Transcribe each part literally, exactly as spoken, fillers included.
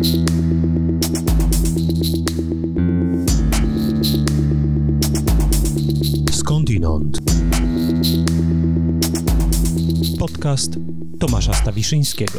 Skądinąd. Podcast Tomasza Stawiszyńskiego.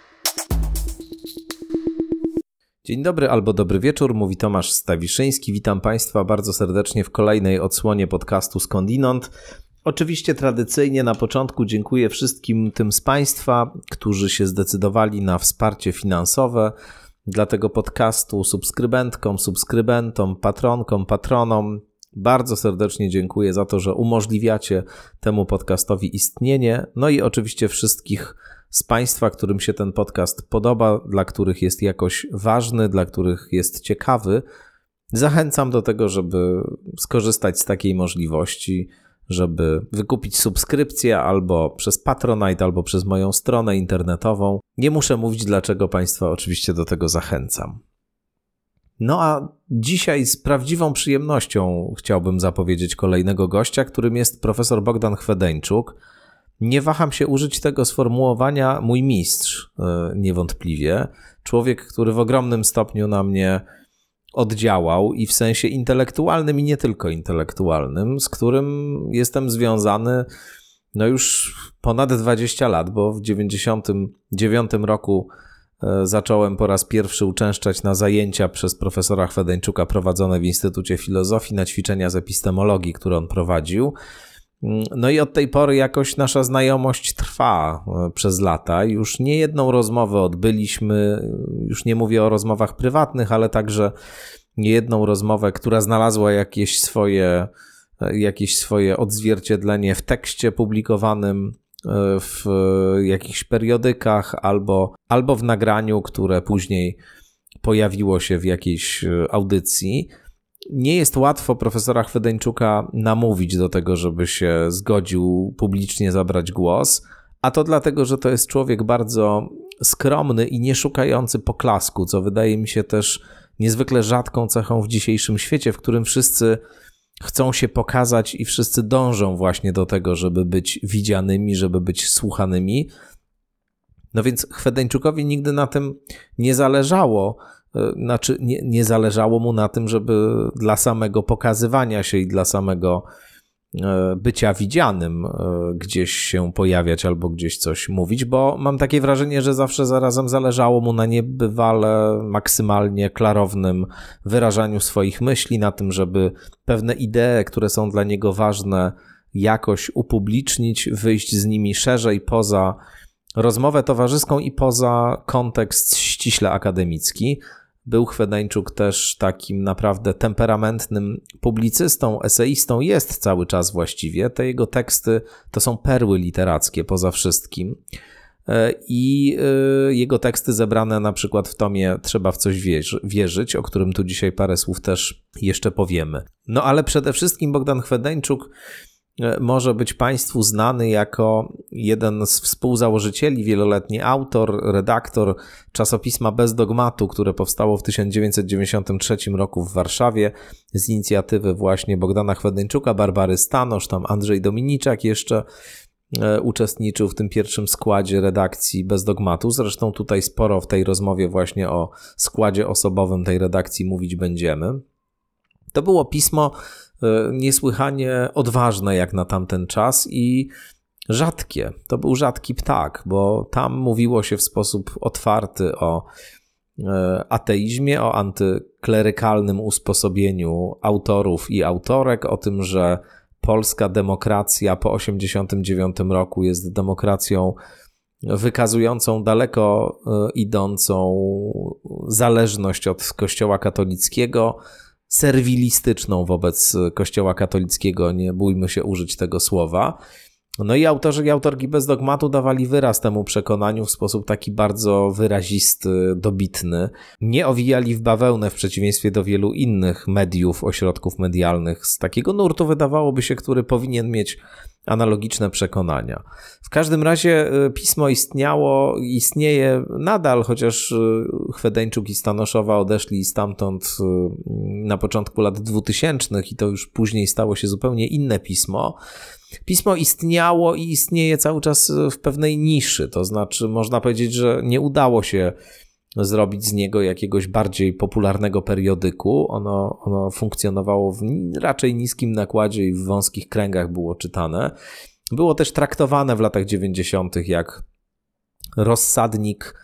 Dzień dobry albo dobry wieczór, mówi Tomasz Stawiszyński. Witam Państwa bardzo serdecznie w kolejnej odsłonie podcastu Skądinąd. Oczywiście tradycyjnie na początku dziękuję wszystkim tym z Państwa, którzy się zdecydowali na wsparcie finansowe dla tego podcastu, subskrybentkom, subskrybentom, patronkom, patronom. Bardzo serdecznie dziękuję za to, że umożliwiacie temu podcastowi istnienie. No i oczywiście wszystkich z Państwa, którym się ten podcast podoba, dla których jest jakoś ważny, dla których jest ciekawy, zachęcam do tego, żeby skorzystać z takiej możliwości, żeby wykupić subskrypcję albo przez Patronite, albo przez moją stronę internetową. Nie muszę mówić, dlaczego Państwa oczywiście do tego zachęcam. No a dzisiaj z prawdziwą przyjemnością chciałbym zapowiedzieć kolejnego gościa, którym jest profesor Bogdan Chwedeńczuk. Nie waham się użyć tego sformułowania mój mistrz, niewątpliwie. Człowiek, który w ogromnym stopniu na mnie oddziałał i w sensie intelektualnym i nie tylko intelektualnym, z którym jestem związany no już ponad dwadzieścia lat, bo w dziewięćdziesiątym dziewiątym roku zacząłem po raz pierwszy uczęszczać na zajęcia przez profesora Chwedeńczuka prowadzone w Instytucie Filozofii, na ćwiczenia z epistemologii, które on prowadził. No i od tej pory jakoś nasza znajomość trwa przez lata. Już nie jedną rozmowę odbyliśmy, już nie mówię o rozmowach prywatnych, ale także nie jedną rozmowę, która znalazła jakieś swoje, jakieś swoje odzwierciedlenie w tekście publikowanym w jakichś periodykach albo, albo w nagraniu, które później pojawiło się w jakiejś audycji. Nie jest łatwo profesora Chwedeńczuka namówić do tego, żeby się zgodził publicznie zabrać głos, a to dlatego, że to jest człowiek bardzo skromny i nie szukający poklasku, co wydaje mi się też niezwykle rzadką cechą w dzisiejszym świecie, w którym wszyscy chcą się pokazać i wszyscy dążą właśnie do tego, żeby być widzianymi, żeby być słuchanymi. No więc Chwedeńczukowi nigdy na tym nie zależało, znaczy nie, nie zależało mu na tym, żeby dla samego pokazywania się i dla samego bycia widzianym gdzieś się pojawiać albo gdzieś coś mówić, bo mam takie wrażenie, że zawsze zarazem zależało mu na niebywale maksymalnie klarownym wyrażaniu swoich myśli, na tym, żeby pewne idee, które są dla niego ważne, jakoś upublicznić, wyjść z nimi szerzej poza rozmowę towarzyską i poza kontekst ściśle akademicki. Był Chwedeńczuk też takim naprawdę temperamentnym publicystą, eseistą, jest cały czas właściwie. Te jego teksty to są perły literackie poza wszystkim. I jego teksty zebrane na przykład w tomie Trzeba w coś wierzyć, o którym tu dzisiaj parę słów też jeszcze powiemy. No ale przede wszystkim Bogdan Chwedeńczuk może być Państwu znany jako jeden z współzałożycieli, wieloletni autor, redaktor czasopisma Bez Dogmatu, które powstało w tysiąc dziewięćset dziewięćdziesiątym trzecim roku w Warszawie z inicjatywy właśnie Bogdana Chwedeńczuka, Barbary Stanosz, tam Andrzej Dominiczak jeszcze uczestniczył w tym pierwszym składzie redakcji Bez Dogmatu. Zresztą tutaj sporo w tej rozmowie właśnie o składzie osobowym tej redakcji mówić będziemy. To było pismo niesłychanie odważne jak na tamten czas i rzadkie. To był rzadki ptak, bo tam mówiło się w sposób otwarty o ateizmie, o antyklerykalnym usposobieniu autorów i autorek, o tym, że polska demokracja po osiemdziesiątym dziewiątym roku jest demokracją wykazującą daleko idącą zależność od Kościoła katolickiego, serwilistyczną wobec Kościoła katolickiego, nie bójmy się użyć tego słowa. No i autorzy i autorki Bez Dogmatu dawali wyraz temu przekonaniu w sposób taki bardzo wyrazisty, dobitny. Nie owijali w bawełnę w przeciwieństwie do wielu innych mediów, ośrodków medialnych z takiego nurtu, wydawałoby się, który powinien mieć analogiczne przekonania. W każdym razie pismo istniało, istnieje nadal, chociaż Chwedeńczuk i Stanoszowa odeszli stamtąd na początku lat dwutysięcznych i to już później stało się zupełnie inne pismo. Pismo istniało i istnieje cały czas w pewnej niszy, to znaczy można powiedzieć, że nie udało się zrobić z niego jakiegoś bardziej popularnego periodyku. Ono, ono funkcjonowało w raczej niskim nakładzie i w wąskich kręgach było czytane. Było też traktowane w latach dziewięćdziesiątych jak rozsadnik,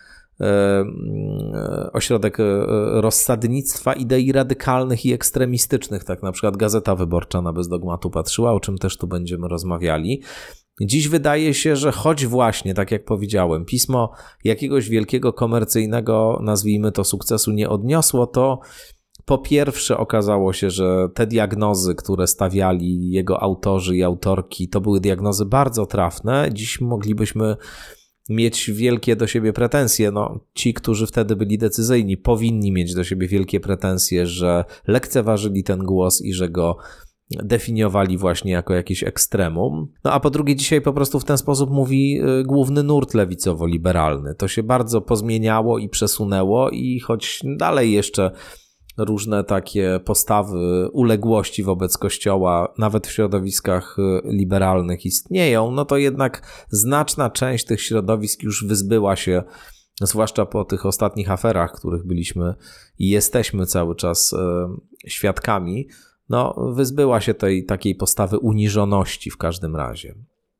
ośrodek rozsadnictwa idei radykalnych i ekstremistycznych. Tak na przykład Gazeta Wyborcza na Bez Dogmatu patrzyła, o czym też tu będziemy rozmawiali. Dziś wydaje się, że choć właśnie, tak jak powiedziałem, pismo jakiegoś wielkiego komercyjnego, nazwijmy to, sukcesu nie odniosło, to po pierwsze okazało się, że te diagnozy, które stawiali jego autorzy i autorki, to były diagnozy bardzo trafne. Dziś moglibyśmy mieć wielkie do siebie pretensje. No, ci, którzy wtedy byli decyzyjni, powinni mieć do siebie wielkie pretensje, że lekceważyli ten głos i że go definiowali właśnie jako jakieś ekstremum. No a po drugie, dzisiaj po prostu w ten sposób mówi główny nurt lewicowo-liberalny. To się bardzo pozmieniało i przesunęło i choć dalej jeszcze różne takie postawy uległości wobec Kościoła, nawet w środowiskach liberalnych istnieją, no to jednak znaczna część tych środowisk już wyzbyła się, zwłaszcza po tych ostatnich aferach, których byliśmy i jesteśmy cały czas świadkami, no wyzbyła się tej takiej postawy uniżoności w każdym razie.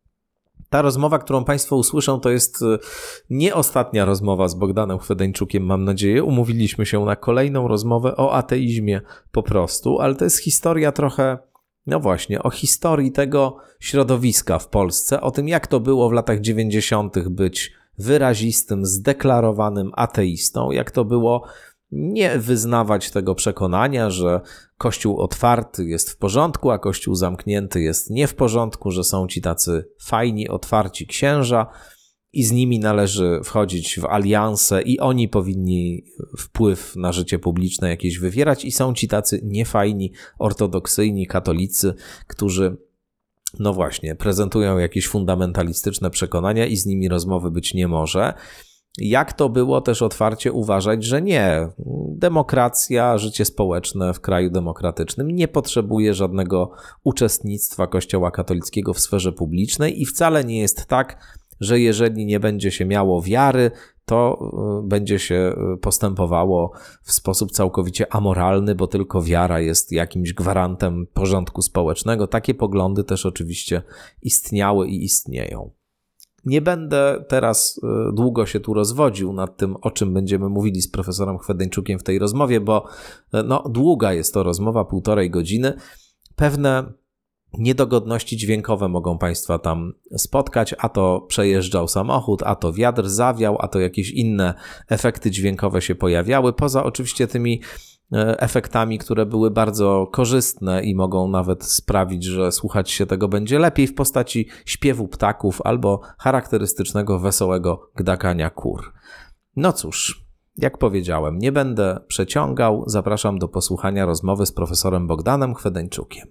Ta rozmowa, którą Państwo usłyszą, to jest nie ostatnia rozmowa z Bogdanem Chwedeńczukiem, mam nadzieję. Umówiliśmy się na kolejną rozmowę o ateizmie po prostu, ale to jest historia trochę, no właśnie, o historii tego środowiska w Polsce, o tym, jak to było w latach dziewięćdziesiątych być wyrazistym, zdeklarowanym ateistą, jak to było nie wyznawać tego przekonania, że Kościół otwarty jest w porządku, a Kościół zamknięty jest nie w porządku, że są ci tacy fajni, otwarci księża i z nimi należy wchodzić w alianse i oni powinni wpływ na życie publiczne jakieś wywierać i są ci tacy niefajni, ortodoksyjni katolicy, którzy no właśnie prezentują jakieś fundamentalistyczne przekonania i z nimi rozmowy być nie może. Jak to było też otwarcie uważać, że nie. Demokracja, życie społeczne w kraju demokratycznym nie potrzebuje żadnego uczestnictwa Kościoła katolickiego w sferze publicznej i wcale nie jest tak, że jeżeli nie będzie się miało wiary, to będzie się postępowało w sposób całkowicie amoralny, bo tylko wiara jest jakimś gwarantem porządku społecznego. Takie poglądy też oczywiście istniały i istnieją. Nie będę teraz długo się tu rozwodził nad tym, o czym będziemy mówili z profesorem Chwedeńczukiem w tej rozmowie, bo no, długa jest to rozmowa, półtorej godziny. Pewne niedogodności dźwiękowe mogą Państwa tam spotkać, a to przejeżdżał samochód, a to wiatr zawiał, a to jakieś inne efekty dźwiękowe się pojawiały, poza oczywiście tymi efektami, które były bardzo korzystne i mogą nawet sprawić, że słuchać się tego będzie lepiej w postaci śpiewu ptaków albo charakterystycznego wesołego gdakania kur. No cóż, jak powiedziałem, nie będę przeciągał, zapraszam do posłuchania rozmowy z profesorem Bogdanem Chwedeńczukiem.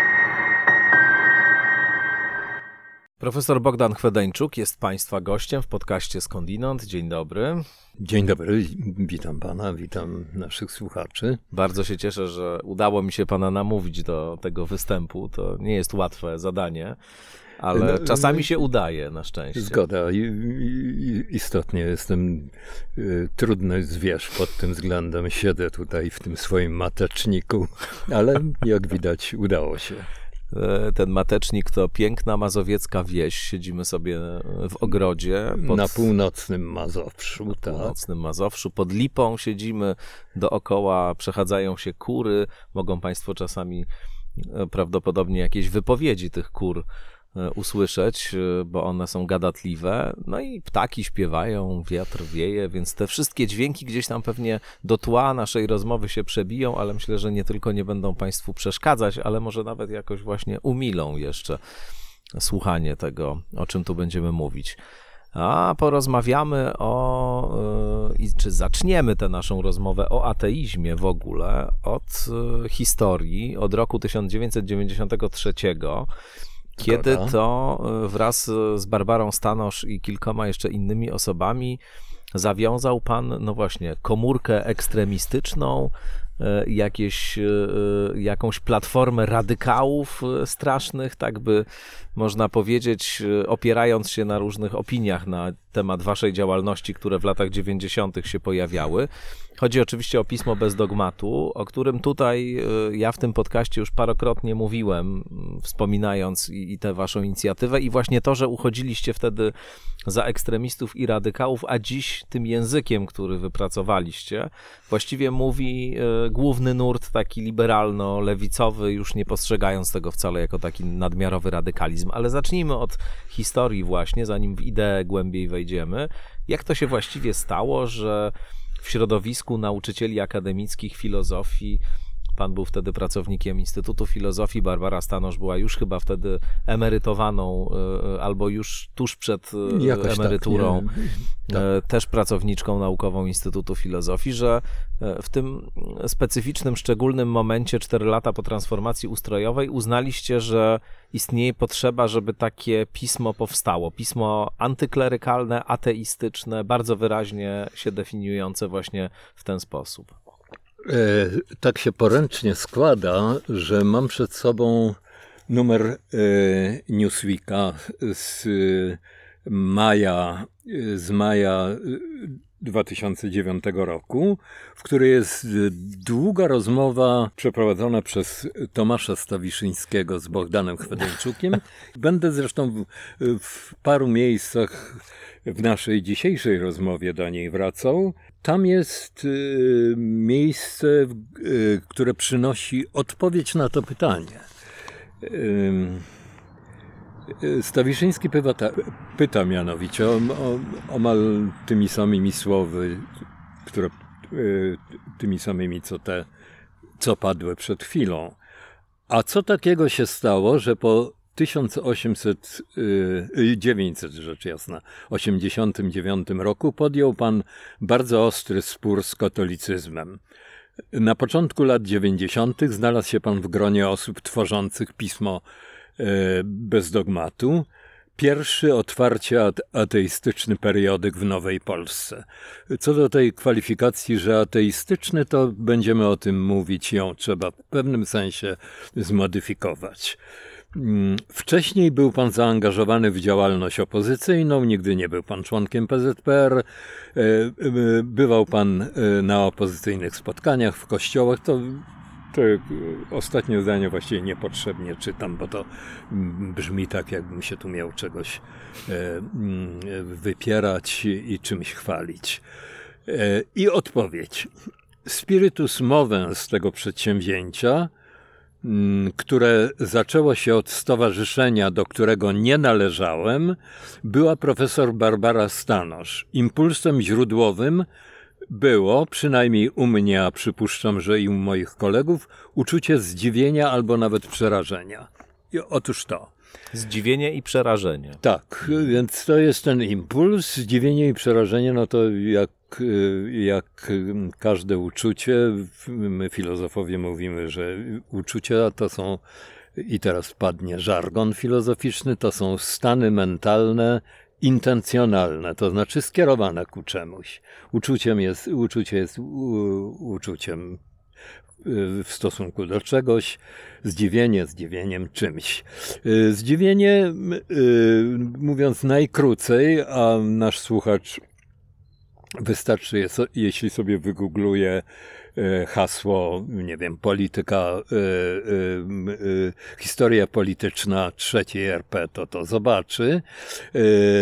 Profesor Bogdan Chwedeńczuk jest Państwa gościem w podcaście Skądinąd. Dzień dobry. Dzień dobry, witam Pana, witam naszych słuchaczy. Bardzo się cieszę, że udało mi się Pana namówić do tego występu. To nie jest łatwe zadanie, ale no, czasami się udaje, na szczęście. Zgoda. I, i, istotnie jestem y, trudny zwierz pod tym względem. Siedzę tutaj w tym swoim mateczniku, ale jak widać udało się. Ten matecznik to piękna mazowiecka wieś. Siedzimy sobie w ogrodzie. Pod... Na północnym Mazowszu. Na tak. północnym Mazowszu. Pod lipą siedzimy, dookoła przechadzają się kury. Mogą Państwo czasami prawdopodobnie jakieś wypowiedzi tych kur usłyszeć, bo one są gadatliwe. No i ptaki śpiewają, wiatr wieje, więc te wszystkie dźwięki gdzieś tam pewnie do tła naszej rozmowy się przebiją, ale myślę, że nie tylko nie będą Państwu przeszkadzać, ale może nawet jakoś właśnie umilą jeszcze słuchanie tego, o czym tu będziemy mówić. A porozmawiamy o, i czy zaczniemy tę naszą rozmowę o ateizmie w ogóle od historii, od roku tysiąc dziewięćset dziewięćdziesiątego trzeciego, kiedy to wraz z Barbarą Stanosz i kilkoma jeszcze innymi osobami zawiązał Pan, no właśnie, komórkę ekstremistyczną, jakieś, jakąś platformę radykałów strasznych, tak by można powiedzieć, opierając się na różnych opiniach na temat waszej działalności, które w latach dziewięćdziesiątych się pojawiały. Chodzi oczywiście o Pismo bez dogmatu, o którym tutaj ja w tym podcaście już parokrotnie mówiłem, wspominając i, i tę waszą inicjatywę i właśnie to, że uchodziliście wtedy za ekstremistów i radykałów, a dziś tym językiem, który wypracowaliście, właściwie mówi y, główny nurt taki liberalno-lewicowy, już nie postrzegając tego wcale jako taki nadmiarowy radykalizm. Ale zacznijmy od historii właśnie, zanim w ideę głębiej wejdziemy. Jak to się właściwie stało, że w środowisku nauczycieli akademickich filozofii, pan był wtedy pracownikiem Instytutu Filozofii, Barbara Stanosz była już chyba wtedy emerytowaną albo już tuż przed Jakoś emeryturą, tak, tak. też pracowniczką naukową Instytutu Filozofii, że w tym specyficznym, szczególnym momencie, cztery lata po transformacji ustrojowej, uznaliście, że istnieje potrzeba, żeby takie pismo powstało. Pismo antyklerykalne, ateistyczne, bardzo wyraźnie się definiujące właśnie w ten sposób. E, tak się poręcznie składa, że mam przed sobą numer e, Newsweeka z maja, z maja dwa tysiące dziewiątego roku, w której jest długa rozmowa przeprowadzona przez Tomasza Stawiszyńskiego z Bohdanem Chwedeńczukiem. Będę zresztą w, w paru miejscach w naszej dzisiejszej rozmowie do niej wracał. Tam jest y, miejsce, y, które przynosi odpowiedź na to pytanie. Y, y, Stawiszyński pyta, ta, pyta mianowicie o, o, omal tymi samymi słowy, które y, tymi samymi, co te, co padły przed chwilą. A co takiego się stało, że po tysiąc osiemset, dziewięćset, rzecz jasna, osiemdziesiątym dziewiątym roku podjął pan bardzo ostry spór z katolicyzmem. Na początku lat dziewięćdziesiątych znalazł się pan w gronie osób tworzących pismo bez dogmatu. Pierwszy otwarcie ateistyczny periodyk w Nowej Polsce. Co do tej kwalifikacji, że ateistyczny, to będziemy o tym mówić, ją trzeba w pewnym sensie zmodyfikować. Wcześniej był pan zaangażowany w działalność opozycyjną, nigdy nie był pan członkiem P Z P R, bywał pan na opozycyjnych spotkaniach w kościołach, to, to ostatnie zdanie właściwie niepotrzebnie czytam, bo to brzmi tak, jakbym się tu miał czegoś wypierać i czymś chwalić. I odpowiedź. Spiritus movens tego przedsięwzięcia, które zaczęło się od stowarzyszenia, do którego nie należałem, była profesor Barbara Stanosz. Impulsem źródłowym było, przynajmniej u mnie, a przypuszczam, że i u moich kolegów, uczucie zdziwienia albo nawet przerażenia. I otóż to. Zdziwienie i przerażenie. Tak, więc to jest ten impuls, zdziwienie i przerażenie, no to jak, jak każde uczucie, my filozofowie mówimy, że uczucia to są, i teraz padnie żargon filozoficzny, to są stany mentalne, intencjonalne, to znaczy skierowane ku czemuś. Uczuciem jest, uczucie jest u, uczuciem w stosunku do czegoś, zdziwienie zdziwieniem czymś. Zdziwienie, mówiąc najkrócej, a nasz słuchacz wystarczy, jeśli sobie wygoogluje hasło, nie wiem, polityka, y, y, y, historia polityczna trzeciej R P, to to zobaczy. Y,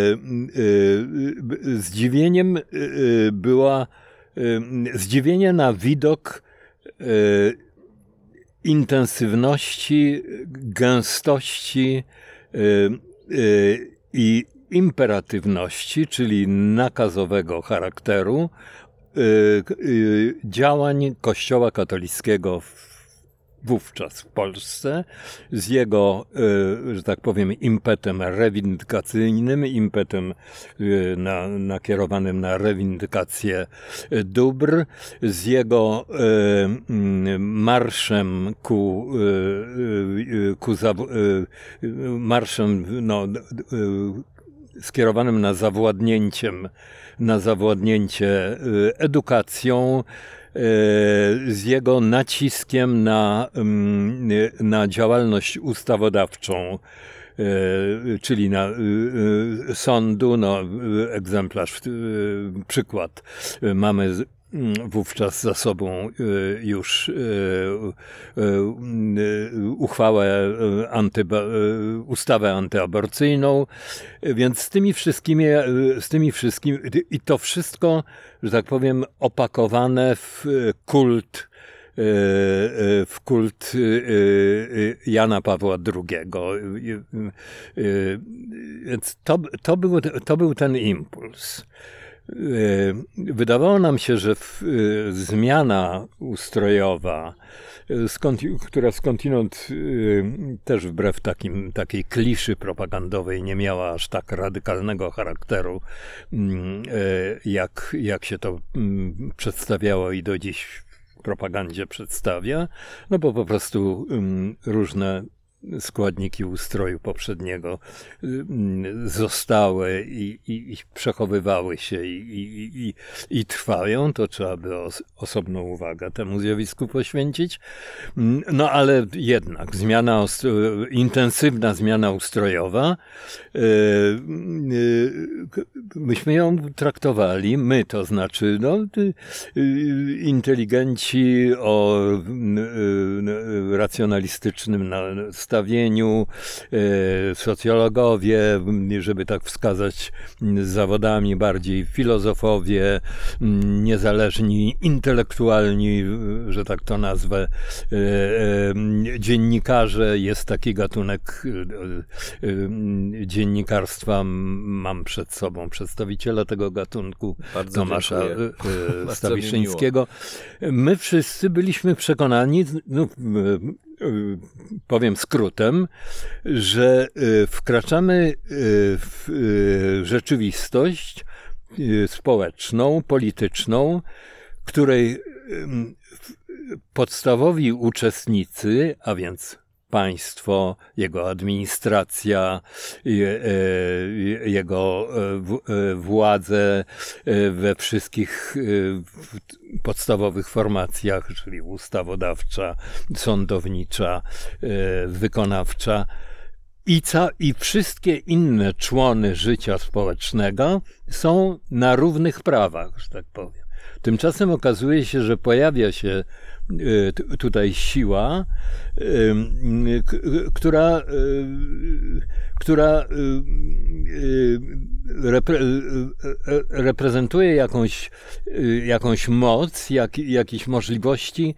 y, zdziwieniem y, była y, zdziwienie na widok y, intensywności, gęstości y, y, i imperatywności, czyli nakazowego charakteru y, y, działań Kościoła katolickiego w, wówczas w Polsce, z jego, y, że tak powiem, impetem rewindykacyjnym, impetem y, na, nakierowanym na rewindykację dóbr, z jego y, marszem ku, y, ku za, y, marszem, no, y, skierowanym na zawładnięciem, na zawładnięcie edukacją, z jego naciskiem na, na działalność ustawodawczą, czyli na sądu, no, egzemplarz, przykład. Mamy wówczas za sobą już uchwałę, anty, ustawę antyaborcyjną, więc z tymi wszystkimi, z tymi wszystkimi, i to wszystko, że tak powiem, opakowane w kult, w kult Jana Pawła drugiego. Więc to, to, był, to był ten impuls. Wydawało nam się, że w, zmiana ustrojowa, skąd, która skądinąd też wbrew takim, takiej kliszy propagandowej nie miała aż tak radykalnego charakteru, jak, jak się to przedstawiało i do dziś w propagandzie przedstawia, no bo po prostu różne składniki ustroju poprzedniego zostały i, i, i przechowywały się i, i, i, i trwają, to trzeba by os, osobną uwagę temu zjawisku poświęcić. No ale jednak zmiana, intensywna zmiana ustrojowa, myśmy ją traktowali, my to znaczy no, inteligenci o racjonalistycznym nastawieniu, socjologowie, żeby tak wskazać, z zawodami bardziej filozofowie, niezależni intelektualni, że tak to nazwę, dziennikarze. Jest taki gatunek dziennikarstwa, mam przed sobą przedstawiciela tego gatunku, bardzo Tomasza Stawiszyńskiego. My wszyscy byliśmy przekonani, no, powiem skrótem, że wkraczamy w rzeczywistość społeczną, polityczną, której podstawowi uczestnicy, a więc państwo, jego administracja, jego władze we wszystkich podstawowych formacjach, czyli ustawodawcza, sądownicza, wykonawcza i, ca- i wszystkie inne człony życia społecznego są na równych prawach, że tak powiem. Tymczasem okazuje się, że pojawia się tutaj siła, która, która repre, reprezentuje jakąś, jakąś moc, jak, jakieś możliwości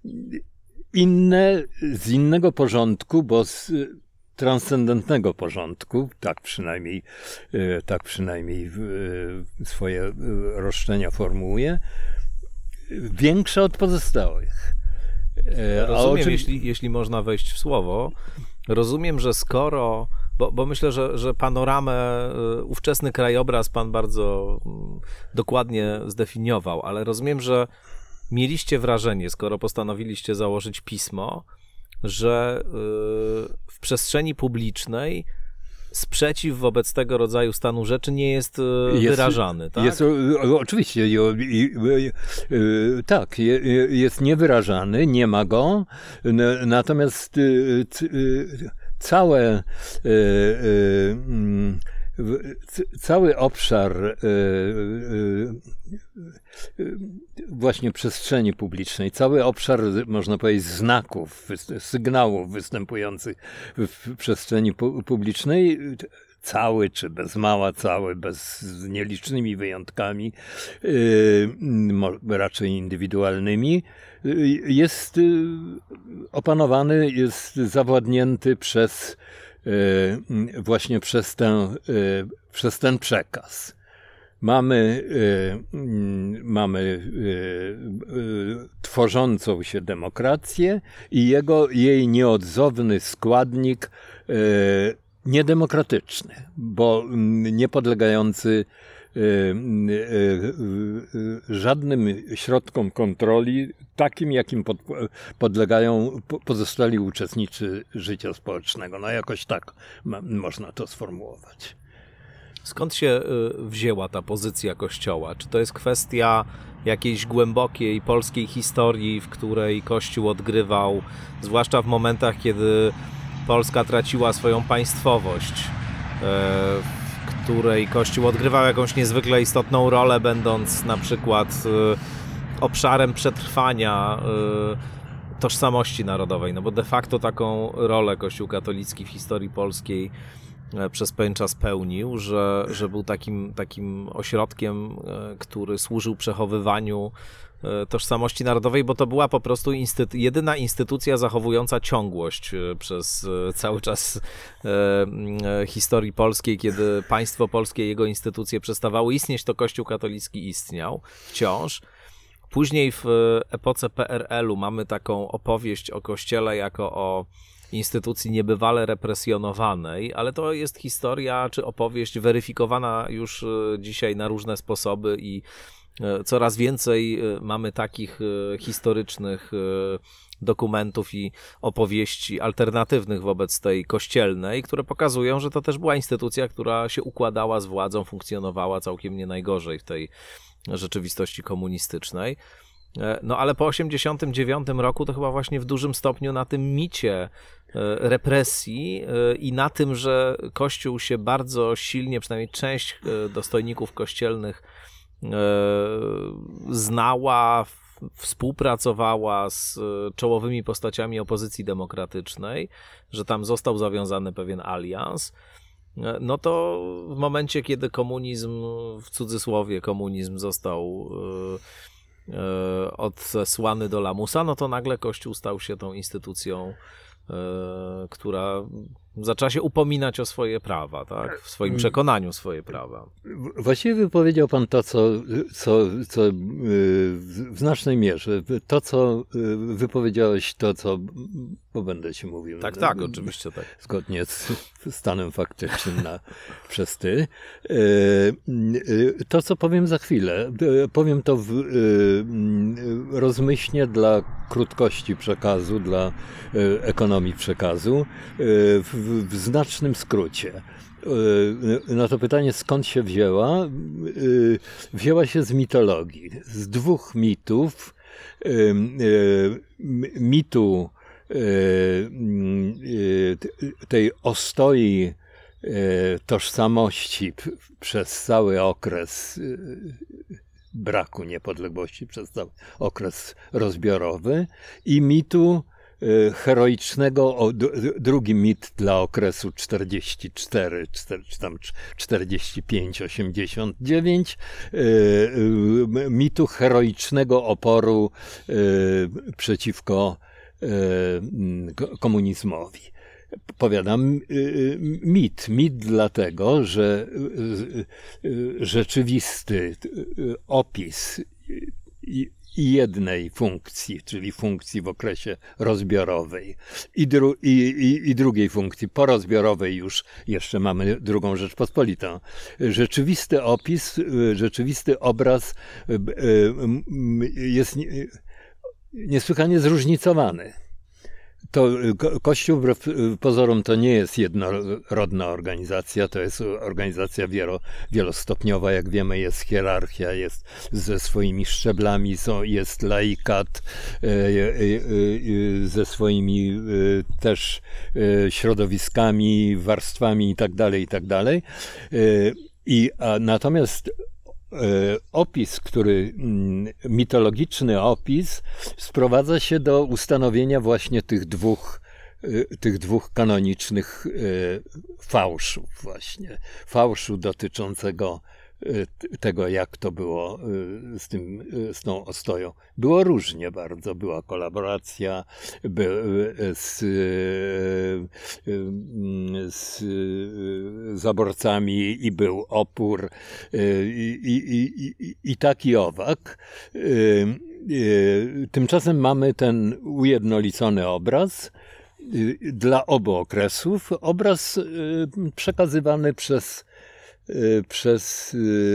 inne, z innego porządku, bo z transcendentnego porządku, tak przynajmniej, tak przynajmniej swoje roszczenia formułuje, większa od pozostałych. Rozumiem, czym... jeśli, jeśli można wejść w słowo, rozumiem, że skoro, bo, bo myślę, że, że panoramę, ówczesny krajobraz pan bardzo dokładnie zdefiniował, ale rozumiem, że mieliście wrażenie, skoro postanowiliście założyć pismo, że w przestrzeni publicznej sprzeciw wobec tego rodzaju stanu rzeczy nie jest, jest wyrażany, tak? Jest, oczywiście, i, i, i, tak, jest niewyrażany, nie ma go, natomiast całe, cały obszar właśnie przestrzeni publicznej, cały obszar, można powiedzieć, znaków, sygnałów występujących w przestrzeni publicznej, cały czy bez mała cały, bez, z nielicznymi wyjątkami, raczej indywidualnymi, jest opanowany, jest zawładnięty przez właśnie przez, tę, przez ten przekaz. Mamy, mamy tworzącą się demokrację i jego, jej nieodzowny składnik niedemokratyczny, bo niepodlegający żadnym środkom kontroli, takim jakim pod, podlegają pozostali uczestnicy życia społecznego. No jakoś tak ma, można to sformułować. Skąd się wzięła ta pozycja Kościoła? Czy to jest kwestia jakiejś głębokiej polskiej historii, w której Kościół odgrywał, zwłaszcza w momentach, kiedy Polska traciła swoją państwowość, w której Kościół odgrywał jakąś niezwykle istotną rolę, będąc na przykład obszarem przetrwania tożsamości narodowej, no bo de facto taką rolę Kościół katolicki w historii polskiej przez pewien czas pełnił, że, że był takim, takim ośrodkiem, który służył przechowywaniu tożsamości narodowej, bo to była po prostu instytu- jedyna instytucja zachowująca ciągłość przez cały czas e, historii polskiej, kiedy państwo polskie, jego instytucje przestawały istnieć, to Kościół katolicki istniał wciąż. Później w epoce P R L u mamy taką opowieść o Kościele jako o instytucji niebywale represjonowanej, ale to jest historia czy opowieść weryfikowana już dzisiaj na różne sposoby i coraz więcej mamy takich historycznych dokumentów i opowieści alternatywnych wobec tej kościelnej, które pokazują, że to też była instytucja, która się układała z władzą, funkcjonowała całkiem nie najgorzej w tej rzeczywistości komunistycznej. No ale po osiemdziesiątym dziewiątym roku to chyba właśnie w dużym stopniu na tym micie represji i na tym, że Kościół się bardzo silnie, przynajmniej część dostojników kościelnych znała, współpracowała z czołowymi postaciami opozycji demokratycznej, że tam został zawiązany pewien alians, no to w momencie, kiedy komunizm, w cudzysłowie komunizm został odsłany do lamusa, no to nagle Kościół stał się tą instytucją, która zaczęła się upominać o swoje prawa, tak? W swoim przekonaniu swoje prawa. Właściwie wypowiedział pan to, co, co, co w znacznej mierze, to, co wypowiedziałeś, to, co, bo będę się mówił. Tak, tak, oczywiście tak. Zgodnie z stanem faktycznym na, przez ty. To, co powiem za chwilę, powiem to w, rozmyślnie dla krótkości przekazu, dla ekonomii przekazu, w, w znacznym skrócie. Na to pytanie, skąd się wzięła? Wzięła się z mitologii, z dwóch mitów. Mitu tej ostoi tożsamości przez cały okres braku niepodległości, przez cały okres rozbiorowy i mitu heroicznego, o, drugi mit dla okresu czterdzieści cztery, czy tam czterdzieści pięć osiemdziesiąt dziewięć, mitu heroicznego oporu przeciwko komunizmowi. Powiadam mit. Mit dlatego, że rzeczywisty opis i jednej funkcji, czyli funkcji w okresie rozbiorowej i, dru, i, i, i drugiej funkcji porozbiorowej, już jeszcze mamy drugą Rzeczpospolitą. Rzeczywisty opis, rzeczywisty obraz jest niesłychanie zróżnicowany. To Kościół wbrew pozorom to nie jest jednorodna organizacja, to jest organizacja wielo, wielostopniowa, jak wiemy jest hierarchia, jest ze swoimi szczeblami, są, jest laikat, ze swoimi też środowiskami, warstwami i tak dalej, i tak dalej. I a natomiast opis, który, mitologiczny opis sprowadza się do ustanowienia właśnie tych dwóch, tych dwóch kanonicznych fałszów właśnie. Fałszu dotyczącego tego, jak to było z, tym, z tą ostoją. Było różnie bardzo. Była kolaboracja by, z, z zaborcami i był opór i, i, i, i tak i owak. Tymczasem mamy ten ujednolicony obraz dla obu okresów. Obraz przekazywany przez przez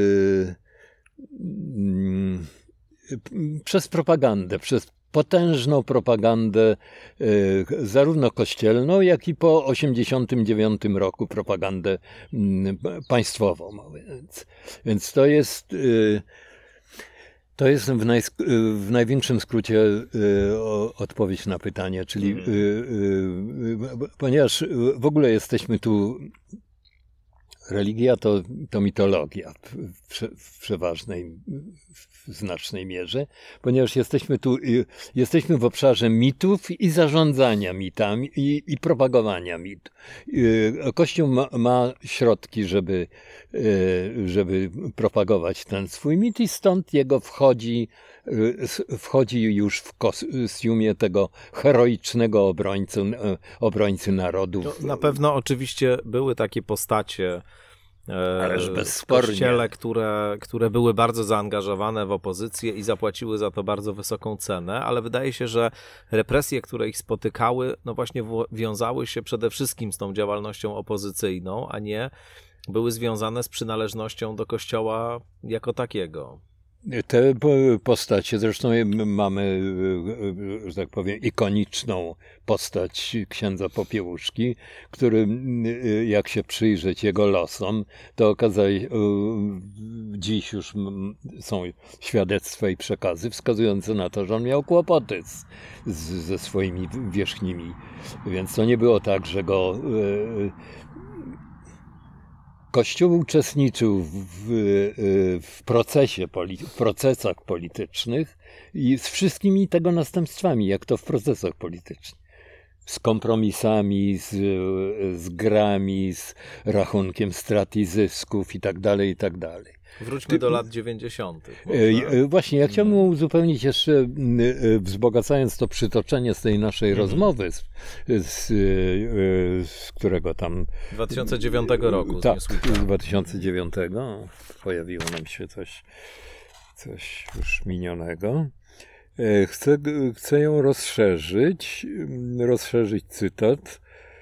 przez propagandę, przez potężną propagandę zarówno kościelną, jak i po osiemdziesiątym dziewiątym roku propagandę państwową. Więc, więc to jest To jest w, naj, w największym skrócie y, o, odpowiedź na pytanie, czyli y, y, y, ponieważ w ogóle jesteśmy tu, religia to, to mitologia w, prze, w przeważnej, w znacznej mierze, ponieważ jesteśmy tu, y, jesteśmy w obszarze mitów i zarządzania mitami i, i propagowania mit. Y, Kościół ma, ma środki, żeby, y, żeby propagować ten swój mit i stąd jego wchodzi, y, wchodzi już w kostiumie tego heroicznego obrońcy, obrońcy narodów. To na pewno oczywiście były takie postacie Ależ w bezspornie. kościele, które, które były bardzo zaangażowane w opozycję i zapłaciły za to bardzo wysoką cenę, ale wydaje się, że represje, które ich spotykały, no właśnie wiązały się przede wszystkim z tą działalnością opozycyjną, a nie były związane z przynależnością do kościoła jako takiego. Te postacie, zresztą mamy, że tak powiem, ikoniczną postać księdza Popiełuszki, który, jak się przyjrzeć jego losom, to okazuje, dziś już są świadectwa i przekazy wskazujące na to, że on miał kłopoty z, z, ze swoimi wierzchnimi, więc to nie było tak, że go... Kościół uczestniczył w, w, procesie, w procesach politycznych i z wszystkimi tego następstwami, jak to w procesach politycznych. Z kompromisami, z, z grami, z rachunkiem strat i zysków i tak dalej, i tak dalej. Wróćmy Ty, do lat dziewięćdziesiątych. Może? Właśnie, ja chciałbym uzupełnić jeszcze, wzbogacając to przytoczenie z tej naszej mm. rozmowy, z, z, z którego tam... dwa tysiące dziewiątego roku. Tak, z dwa tysiące dziewiątego. Pojawiło nam się coś, coś już minionego. Chcę, chcę ją rozszerzyć, rozszerzyć cytat.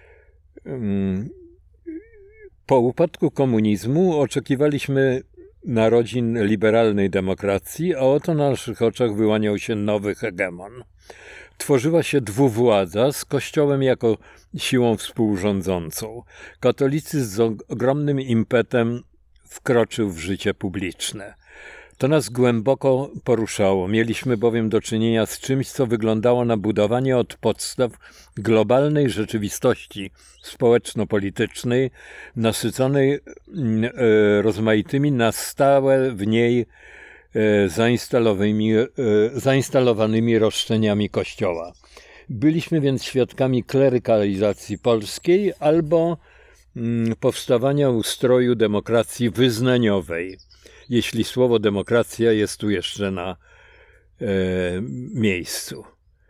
Po upadku komunizmu oczekiwaliśmy narodzin liberalnej demokracji, a oto na naszych oczach wyłaniał się nowy hegemon. Tworzyła się dwuwładza z Kościołem jako siłą współrządzącą. Katolicyzm z ogromnym impetem wkroczył w życie publiczne. To nas głęboko poruszało. Mieliśmy bowiem do czynienia z czymś, co wyglądało na budowanie od podstaw globalnej rzeczywistości społeczno-politycznej, nasyconej e, rozmaitymi na stałe w niej e, zainstalowanymi, e, zainstalowanymi roszczeniami Kościoła. Byliśmy więc świadkami klerykalizacji polskiej albo m, powstawania ustroju demokracji wyznaniowej, jeśli słowo demokracja jest tu jeszcze na e, miejscu.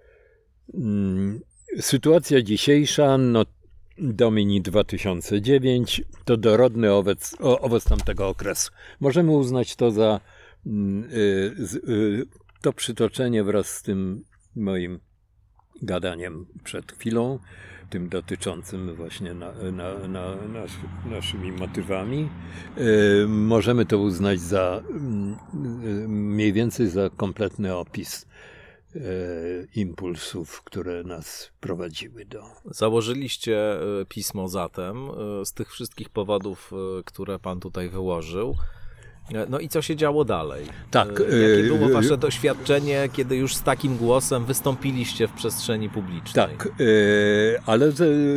Sytuacja dzisiejsza, no Domini dwa tysiące dziewięć, to dorodny owoc, o, owoc tamtego okresu. Możemy uznać to za y, y, to przytoczenie wraz z tym moim gadaniem przed chwilą, tym dotyczącym właśnie na, na, na, nas, naszymi motywami. Y, możemy to uznać za y, mniej więcej za kompletny opis y, impulsów, które nas prowadziły do... Założyliście pismo zatem z tych wszystkich powodów, które pan tutaj wyłożył. No i co się działo dalej? Tak. Jakie było wasze doświadczenie, kiedy już z takim głosem wystąpiliście w przestrzeni publicznej? Tak, ale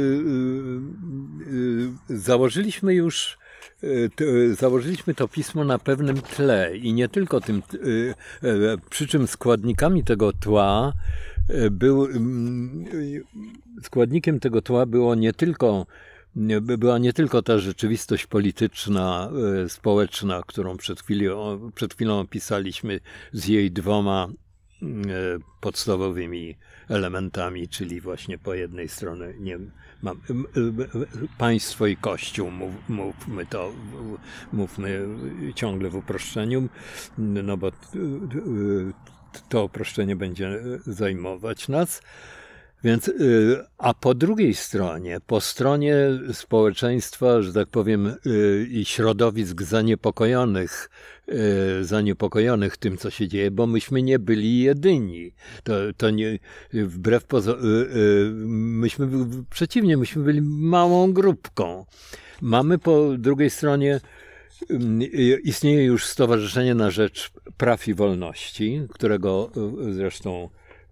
założyliśmy już założyliśmy to pismo na pewnym tle i nie tylko tym, przy czym składnikami tego tła był, składnikiem tego tła było nie tylko była nie tylko ta rzeczywistość polityczna, społeczna, którą przed chwilą, przed chwilą opisaliśmy z jej dwoma podstawowymi elementami, czyli właśnie po jednej stronie nie, mam, państwo i Kościół, mów, mówmy to, mówmy ciągle w uproszczeniu, no bo to uproszczenie będzie zajmować nas. Więc, a po drugiej stronie, po stronie społeczeństwa, że tak powiem, i środowisk zaniepokojonych, zaniepokojonych tym, co się dzieje, bo myśmy nie byli jedyni. To, to nie, wbrew pozorom, myśmy, przeciwnie, myśmy byli małą grupką. Mamy po drugiej stronie Istnieje już Stowarzyszenie na Rzecz Praw i Wolności, którego zresztą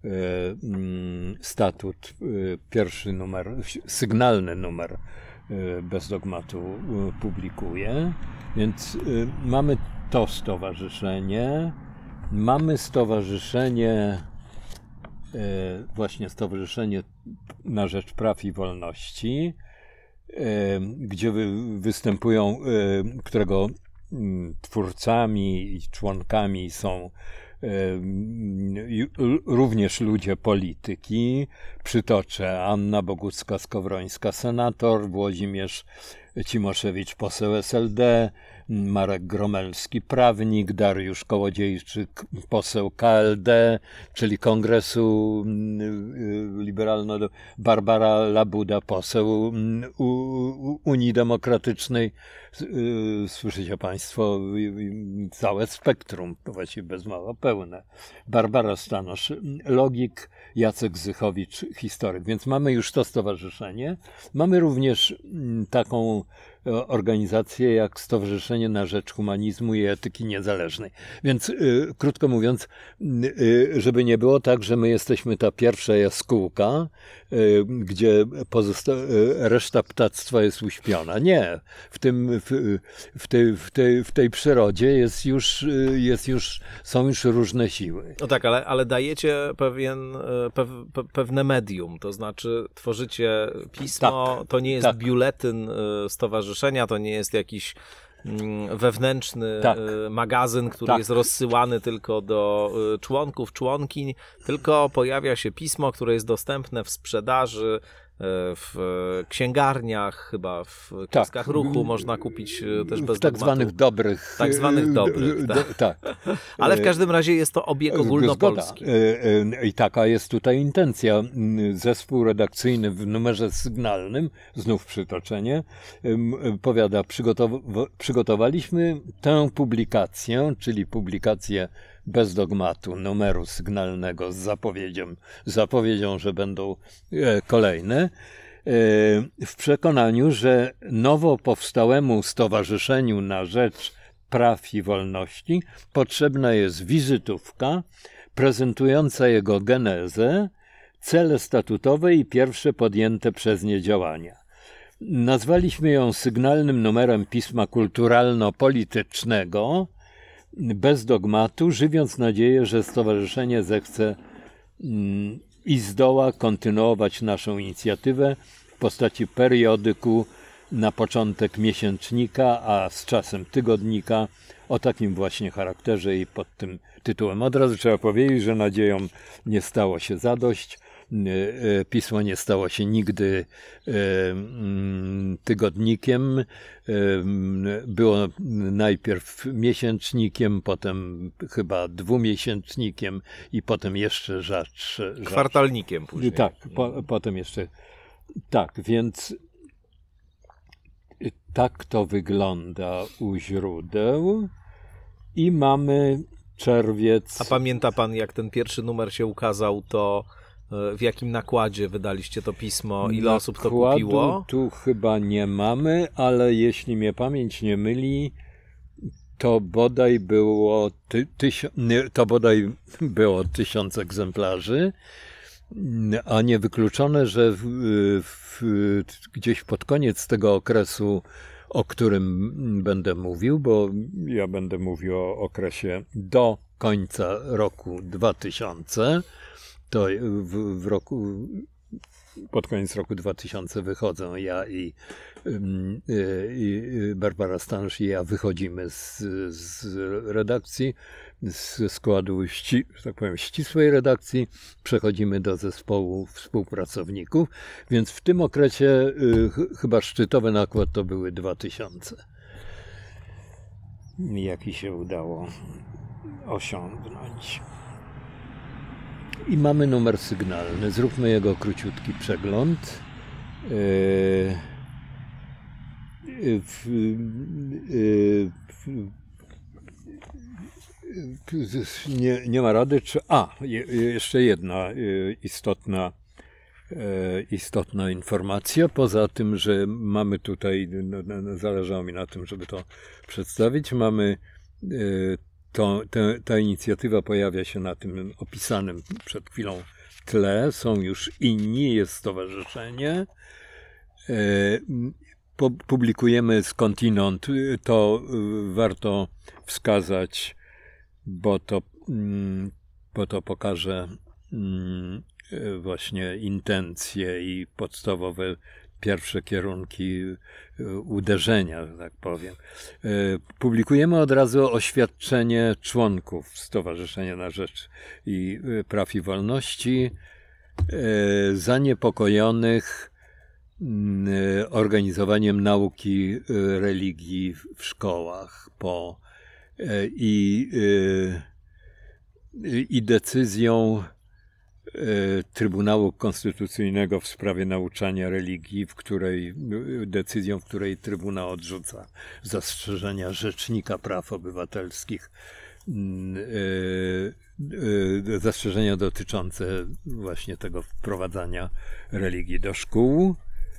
statut, pierwszy numer, sygnalny numer Bez Dogmatu publikuje. Więc mamy to stowarzyszenie, mamy stowarzyszenie, właśnie Stowarzyszenie na Rzecz Praw i Wolności, gdzie występują, którego twórcami i członkami są również ludzie polityki. Przytoczę: Anna Bogucka-Skowrońska, senator, Włodzimierz Cimoszewicz, poseł S L D, Marek Gromelski, prawnik, Dariusz Kołodziejczyk, poseł K L D, czyli Kongresu Liberalnego, Barbara Labuda, poseł Unii Demokratycznej. Słyszycie Państwo, całe spektrum, właściwie bez mała pełne. Barbara Stanosz, logik, Jacek Zychowicz, historyk. Więc mamy już to stowarzyszenie. Mamy również taką organizację jak Stowarzyszenie na Rzecz Humanizmu i Etyki Niezależnej. Więc y, krótko mówiąc, y, żeby nie było tak, że my jesteśmy ta pierwsza jaskółka, y, gdzie pozosta- y, reszta ptactwa jest uśpiona. Nie. W tym, w, w, tej, w, tej, w tej przyrodzie jest już, y, jest już, są już różne siły. No tak, ale, ale dajecie pewien, pew, pe, pewne medium, to znaczy tworzycie pismo, tak, to nie jest tak. biuletyn stowarzyszenia, to nie jest jakiś wewnętrzny tak. magazyn, który tak. jest rozsyłany tylko do członków, członkiń, tylko pojawia się pismo, które jest dostępne w sprzedaży, w księgarniach, chyba w kioskach tak. ruchu można kupić też bez w tak dogmatu. zwanych dobrych. Tak zwanych dobrych, tak. tak. Ale w każdym razie jest to obieg ogólnopolski. I taka jest tutaj intencja. Zespół redakcyjny w numerze sygnalnym, znów przytoczenie, powiada: przygotow- przygotowaliśmy tę publikację, czyli publikację Bez Dogmatu, numeru sygnalnego z zapowiedzią, zapowiedzią, że będą kolejne, w przekonaniu, że nowo powstałemu Stowarzyszeniu na Rzecz Praw i Wolności potrzebna jest wizytówka prezentująca jego genezę, cele statutowe i pierwsze podjęte przez nie działania. Nazwaliśmy ją sygnalnym numerem pisma kulturalno-politycznego Bez Dogmatu, żywiąc nadzieję, że stowarzyszenie zechce mm, i zdoła kontynuować naszą inicjatywę w postaci periodyku, na początek miesięcznika, a z czasem tygodnika o takim właśnie charakterze i pod tym tytułem. Od razu trzeba powiedzieć, że nadzieją nie stało się zadość. Pismo nie stało się nigdy tygodnikiem. Było najpierw miesięcznikiem, potem chyba dwumiesięcznikiem i potem jeszcze rzadsze. Kwartalnikiem później. Tak, po, potem jeszcze. Tak, więc tak to wygląda u źródeł i mamy czerwiec. A pamięta pan, jak ten pierwszy numer się ukazał, to w jakim nakładzie wydaliście to pismo? Ile Nakładu osób to kupiło? Tu chyba nie mamy, ale jeśli mnie pamięć nie myli, to bodaj było ty, tysio, nie, to bodaj było tysiąc egzemplarzy, a niewykluczone, że w, w, gdzieś pod koniec tego okresu, o którym będę mówił, bo ja będę mówił o okresie do końca roku dwa tysiące, to w, w roku, pod koniec roku dwa tysiące wychodzą ja i, i Barbara Stanosz i ja wychodzimy z, z redakcji, ze składu, ści, że tak powiem, ścisłej redakcji, przechodzimy do zespołu współpracowników, więc w tym okresie y, ch- chyba szczytowy nakład to były dwa tysiące. Jaki się udało osiągnąć. I mamy numer sygnalny. Zróbmy jego króciutki przegląd. Yy, w, yy, w, nie, nie ma rady. Czy, a, je, jeszcze jedna yy, istotna istotna informacja. Poza tym, że mamy tutaj, no, no, zależało mi na tym, żeby to przedstawić, mamy to, te, ta inicjatywa pojawia się na tym opisanym przed chwilą tle. Są już inni, jest stowarzyszenie. Publikujemy skądinąd, to warto wskazać, bo to, bo to pokaże właśnie intencje i podstawowe pierwsze kierunki uderzenia, że tak powiem. Publikujemy od razu oświadczenie członków Stowarzyszenia na Rzecz i Praw i Wolności zaniepokojonych organizowaniem nauki religii w szkołach po, i, i decyzją Trybunału Konstytucyjnego w sprawie nauczania religii, w której decyzją, w której Trybunał odrzuca zastrzeżenia Rzecznika Praw Obywatelskich, zastrzeżenia dotyczące właśnie tego wprowadzania religii do szkół.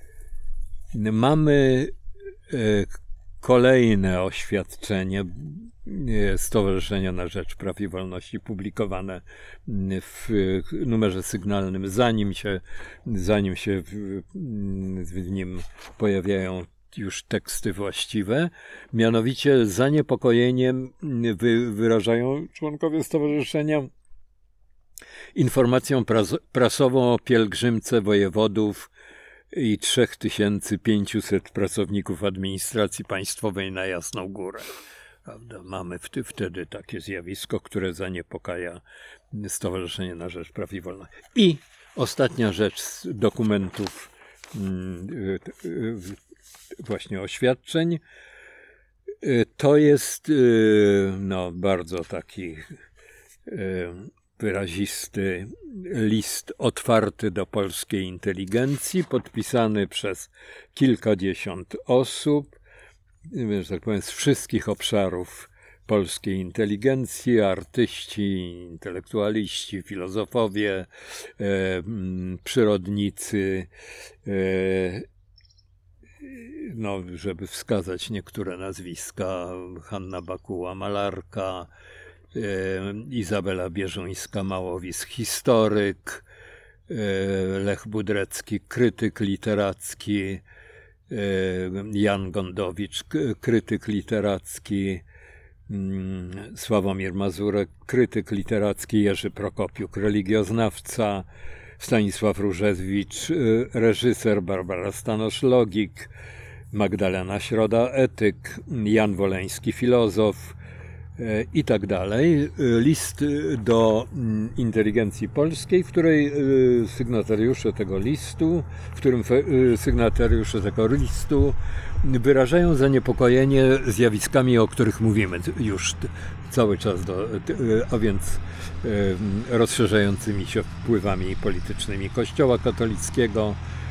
Mamy kolejne oświadczenie Stowarzyszenia na Rzecz Praw i Wolności publikowane w numerze sygnalnym, zanim się, zanim się w, w nim pojawiają już teksty właściwe. Mianowicie zaniepokojeniem wy, wyrażają członkowie stowarzyszenia informacją pras, prasową o pielgrzymce wojewodów i trzy tysiące pięćset pracowników administracji państwowej na Jasną Górę. Prawda? Mamy wty, wtedy takie zjawisko, które zaniepokaja Stowarzyszenie na Rzecz Praw i Wolności. I ostatnia rzecz z dokumentów właśnie oświadczeń, to jest no, bardzo taki wyrazisty list otwarty do polskiej inteligencji, podpisany przez kilkadziesiąt osób, że tak powiem, z wszystkich obszarów polskiej inteligencji, artyści, intelektualiści, filozofowie, e, przyrodnicy, e, no, żeby wskazać niektóre nazwiska, Hanna Bakuła, malarka, e, Izabela Bierzuńska-Małowis, historyk, e, Lech Budrecki, krytyk literacki, Jan Gondowicz, krytyk literacki, Sławomir Mazurek, krytyk literacki, Jerzy Prokopiuk, religioznawca, Stanisław Różewicz, reżyser, Barbara Stanosz-Logik, Magdalena Środa, etyk, Jan Woleński, filozof i tak dalej. List do inteligencji polskiej, w której sygnatariusze tego listu, w którym sygnatariusze tego listu wyrażają zaniepokojenie zjawiskami, o których mówimy już cały czas, do, a więc rozszerzającymi się wpływami politycznymi Kościoła katolickiego,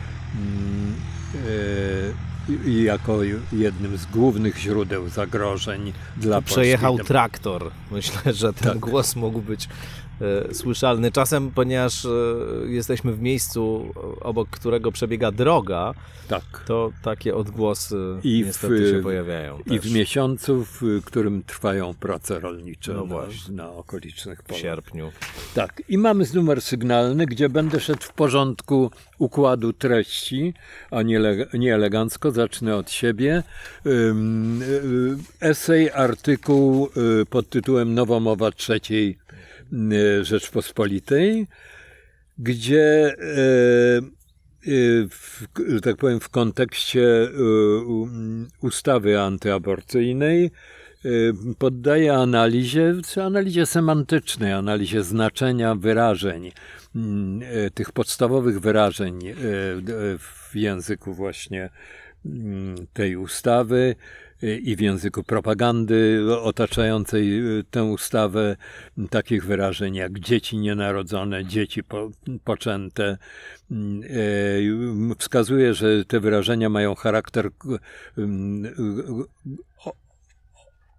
i jako jednym z głównych źródeł zagrożeń dla Polski. Przejechał traktor. Myślę, że ten tak. głos mógł być e, słyszalny. Czasem, ponieważ e, jesteśmy w miejscu, obok którego przebiega droga, tak. to takie odgłosy I niestety w, się pojawiają. I też. w miesiącu, w którym trwają prace rolnicze no na, na okolicznych polach. W sierpniu. Tak. I mamy numer sygnalny, gdzie będę szedł w porządku układu treści, a nie, nie elegancko. Zacznę od siebie. Um, esej, artykuł y, pod tytułem Nowomowa trzeciej y, Rzeczpospolitej, gdzie y, y, w, że tak powiem w kontekście y, ustawy antyaborcyjnej y, poddaję analizie, analizie semantycznej, analizie znaczenia wyrażeń, y, tych podstawowych wyrażeń y, w języku właśnie tej ustawy i w języku propagandy otaczającej tę ustawę, takich wyrażeń jak dzieci nienarodzone, dzieci po, poczęte. Wskazuje, że te wyrażenia mają charakter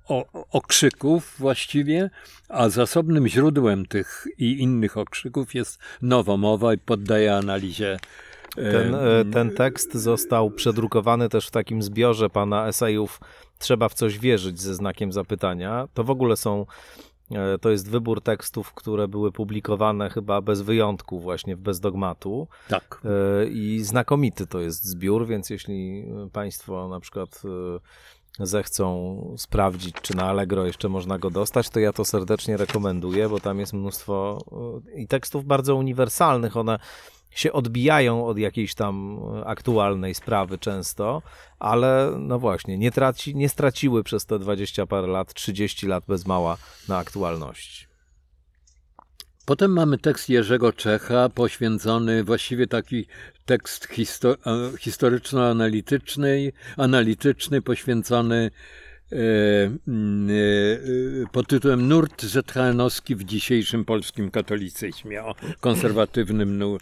o, okrzyków właściwie, a zasobnym źródłem tych i innych okrzyków jest nowomowa i poddaje analizie. Ten, ten tekst został przedrukowany też w takim zbiorze pana esejów Trzeba w coś wierzyć ze znakiem zapytania. To w ogóle są, to jest wybór tekstów, które były publikowane chyba bez wyjątku właśnie w Bez Dogmatu. Tak. I znakomity to jest zbiór, więc jeśli państwo na przykład zechcą sprawdzić, czy na Allegro jeszcze można go dostać, to ja to serdecznie rekomenduję, bo tam jest mnóstwo i tekstów bardzo uniwersalnych. One się odbijają od jakiejś tam aktualnej sprawy często, ale no właśnie, nie, traci, nie straciły przez te dwadzieścia parę lat, trzydzieści lat bez mała na aktualności. Potem mamy tekst Jerzego Czecha, poświęcony, właściwie taki tekst histo- historyczno-analityczny, analityczny, poświęcony e, e, pod tytułem Nurt zet ha enowski w dzisiejszym polskim katolicyzmie, o konserwatywnym, nu,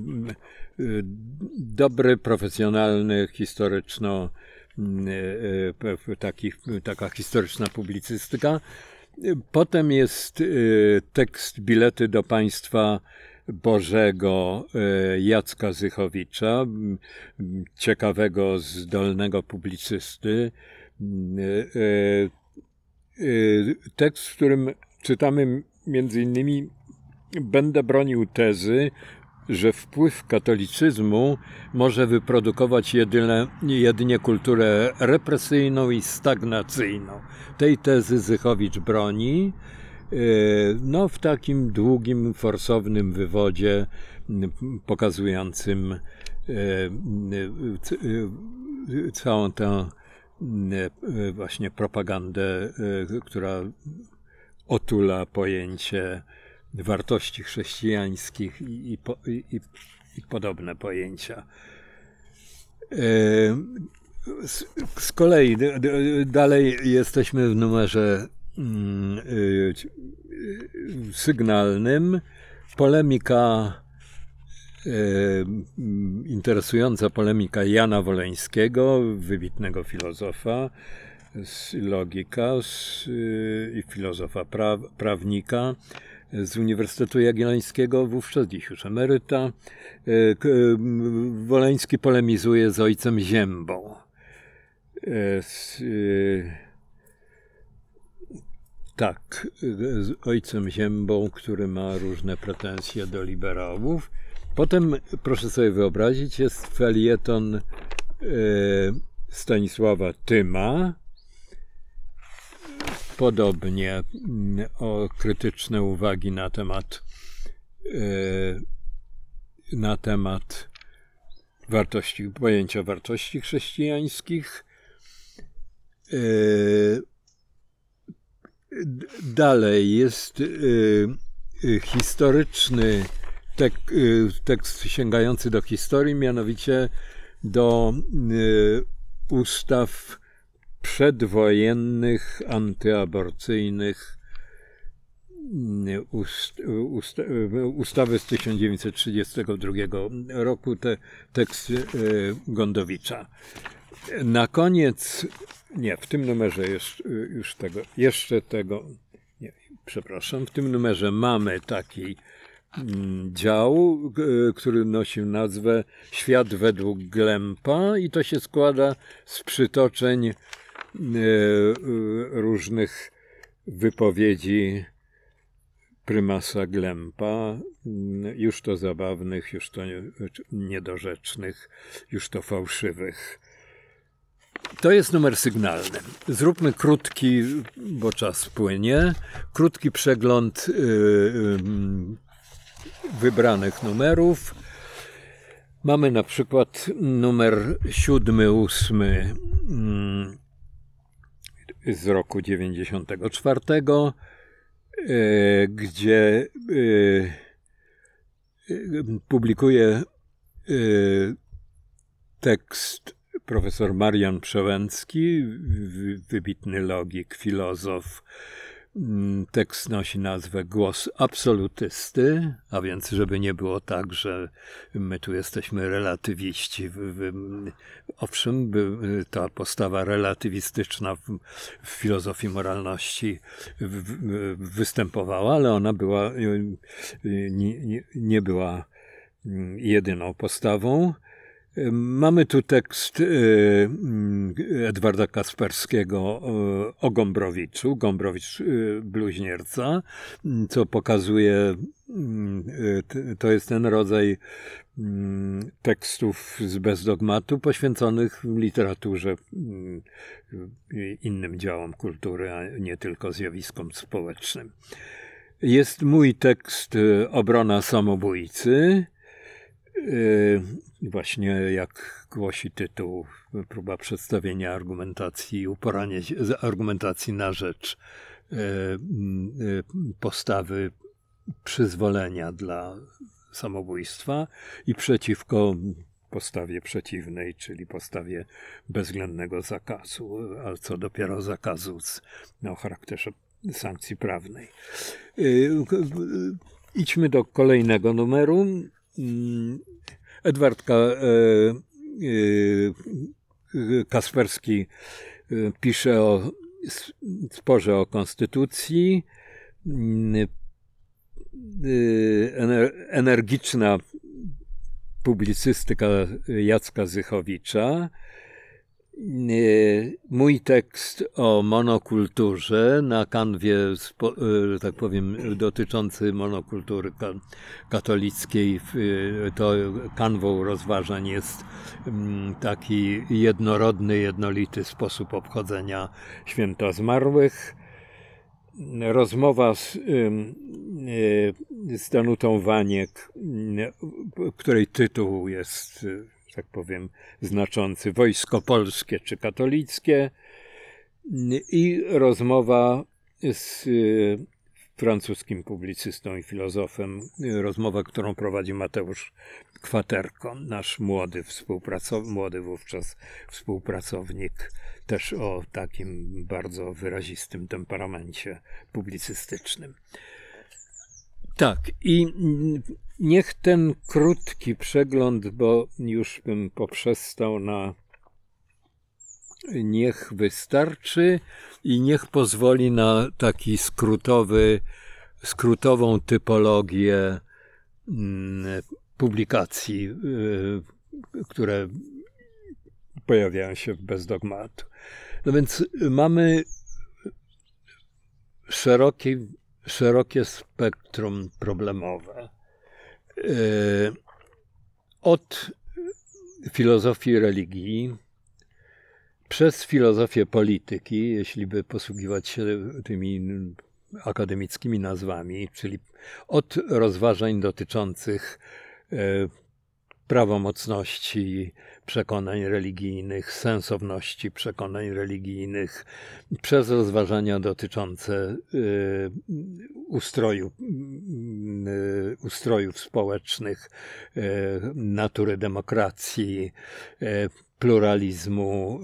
dobry, profesjonalny, historyczno, e, taki, taka historyczna publicystyka. Potem jest tekst Bilety do Państwa Bożego Jacka Zychowicza, ciekawego, zdolnego publicysty. Tekst, w którym czytamy między innymi: będę bronił tezy, że wpływ katolicyzmu może wyprodukować jedynie, jedynie kulturę represyjną i stagnacyjną. Tej tezy Zychowicz broni no, w takim długim, forsownym wywodzie pokazującym całą tę właśnie propagandę, która otula pojęcie wartości chrześcijańskich i, i, i, i podobne pojęcia. Z, z kolei d, d, dalej jesteśmy w numerze mm, y, sygnalnym. Polemika, y, interesująca polemika Jana Woleńskiego, wybitnego filozofa, z logika z, y, i filozofa pra, prawnika z Uniwersytetu Jagiellońskiego, wówczas dziś już emeryta. Woleński polemizuje z ojcem Ziębą. Z, tak, z ojcem Ziębą, który ma różne pretensje do liberałów. Potem, proszę sobie wyobrazić, jest felieton Stanisława Tyma, podobnie o krytyczne uwagi na temat na temat wartości, pojęcia wartości chrześcijańskich. Dalej jest historyczny tek, tekst sięgający do historii, mianowicie do ustaw przedwojennych, antyaborcyjnych, ust, ust, ustawy z tysiąc dziewięćset trzydziestego drugiego roku, te, tekst Gondowicza. Na koniec, nie, w tym numerze już, już tego, jeszcze tego, nie, przepraszam, w tym numerze mamy taki dział, który nosił nazwę Świat według Glempa i to się składa z przytoczeń różnych wypowiedzi prymasa Glempa, już to zabawnych, już to niedorzecznych, już to fałszywych. To jest numer sygnalny. Zróbmy krótki, bo czas płynie, krótki przegląd wybranych numerów. Mamy na przykład numer siódmy, ósmy z roku dziewięćdziesiątego czwartego, gdzie publikuje tekst profesor Marian Przełęcki, wybitny logik, filozof, Tekst nosi nazwę Głos absolutysty, a więc żeby nie było tak, że my tu jesteśmy relatywiści. Owszem, ta postawa relatywistyczna w, w filozofii moralności występowała, ale ona była, nie, nie była jedyną postawą. Mamy tu tekst Edwarda Kasperskiego o Gombrowiczu, Gombrowicz bluźnierca, co pokazuje, to jest ten rodzaj tekstów z bezdogmatu poświęconych literaturze, innym działom kultury, a nie tylko zjawiskom społecznym. Jest mój tekst Obrona samobójcy. Właśnie jak głosi tytuł, próba przedstawienia argumentacji, uporanie argumentacji na rzecz postawy przyzwolenia dla samobójstwa i przeciwko postawie przeciwnej, czyli postawie bezwzględnego zakazu, a co dopiero zakazu z, no, o charakterze sankcji prawnej. Idźmy do kolejnego numeru. Edward Kasperski pisze o sporze o konstytucji. Energiczna publicystyka Jacka Zychowicza. Mój tekst o monokulturze na kanwie, że tak powiem, dotyczący monokultury katolickiej. To kanwą rozważań jest taki jednorodny, jednolity sposób obchodzenia święta zmarłych. Rozmowa z, z Danutą Waniek, której tytuł jest, tak powiem, znaczący Wojsko polskie czy katolickie, i rozmowa z francuskim publicystą i filozofem, rozmowa, którą prowadzi Mateusz Kwaterko, nasz młody współpracownik, młody wówczas współpracownik, też o takim bardzo wyrazistym temperamencie publicystycznym. Tak, i niech ten krótki przegląd, bo już bym poprzestał na niech wystarczy i niech pozwoli na taki skrótowy, skrótową typologię publikacji, które pojawiają się w Bezdogmatu. No więc mamy szeroki, szerokie spektrum problemowe. Od filozofii religii, przez filozofię polityki, jeśli by posługiwać się tymi akademickimi nazwami, czyli od rozważań dotyczących prawomocności przekonań religijnych, sensowności przekonań religijnych, przez rozważania dotyczące y, ustroju, y, ustrojów społecznych, y, natury demokracji, y, pluralizmu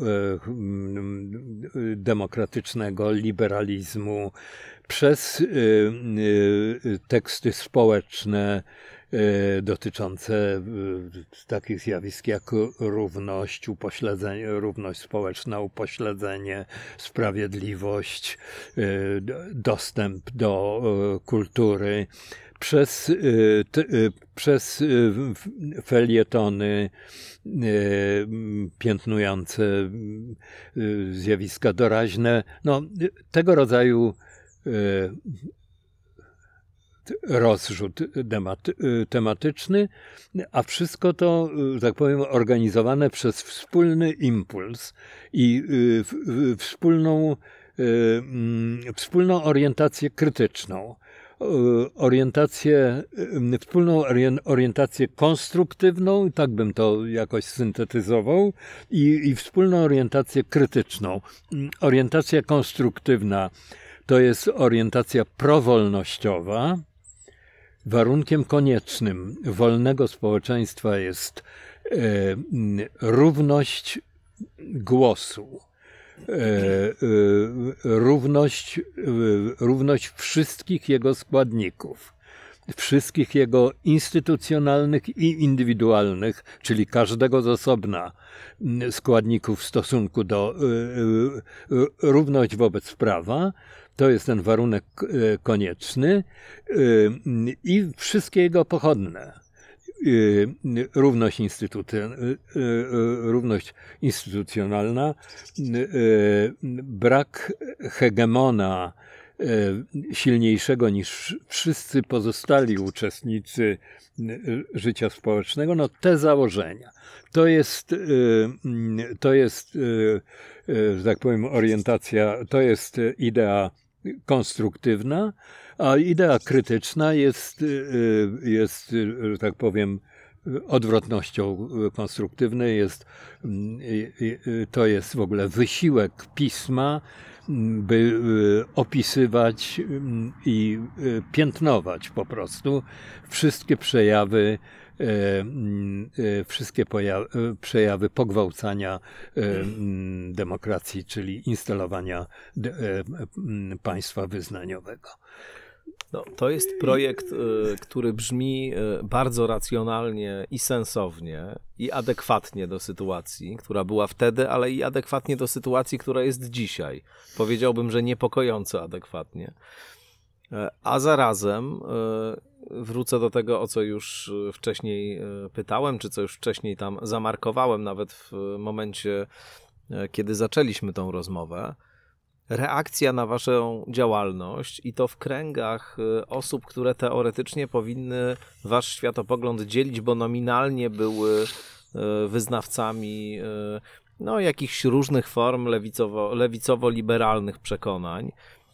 y, demokratycznego, liberalizmu, przez y, y, teksty społeczne y, dotyczące y, takich zjawisk jak równość, upośledzenie, równość społeczna, upośledzenie, sprawiedliwość, y, dostęp do y, kultury, przez, y, t, y, przez y, felietony y, piętnujące y, zjawiska doraźne. No, tego rodzaju y, rozrzut tematyczny, a wszystko to, tak powiem, organizowane przez wspólny impuls i wspólną, wspólną orientację krytyczną. Orientację, wspólną orientację konstruktywną, tak bym to jakoś syntetyzował, i, i wspólną orientację krytyczną. Orientacja konstruktywna to jest orientacja prowolnościowa. Warunkiem koniecznym wolnego społeczeństwa jest e, równość głosu. równość, równość wszystkich jego składników, wszystkich jego instytucjonalnych i indywidualnych, czyli każdego z osobna składników w stosunku do równość wobec prawa. To jest ten warunek konieczny i wszystkie jego pochodne. Równość, instytuc- równość instytucjonalna, brak hegemona silniejszego niż wszyscy pozostali uczestnicy życia społecznego, no te założenia. To jest, to jest, że tak powiem, orientacja, to jest idea konstruktywna, a idea krytyczna jest, jest, że tak powiem, odwrotnością konstruktywnej. Jest, to jest w ogóle wysiłek pisma, by opisywać i piętnować po prostu wszystkie przejawy, wszystkie przejawy pogwałcania demokracji, czyli instalowania państwa wyznaniowego. No, to jest projekt, który brzmi bardzo racjonalnie i sensownie i adekwatnie do sytuacji, która była wtedy, ale i adekwatnie do sytuacji, która jest dzisiaj. Powiedziałbym, że niepokojąco adekwatnie. A zarazem wrócę do tego, o co już wcześniej pytałem, czy co już wcześniej tam zamarkowałem, nawet w momencie, kiedy zaczęliśmy tą rozmowę. Reakcja na waszą działalność i to w kręgach osób, które teoretycznie powinny wasz światopogląd dzielić, bo nominalnie były wyznawcami no, jakichś różnych form lewicowo, lewicowo-liberalnych przekonań.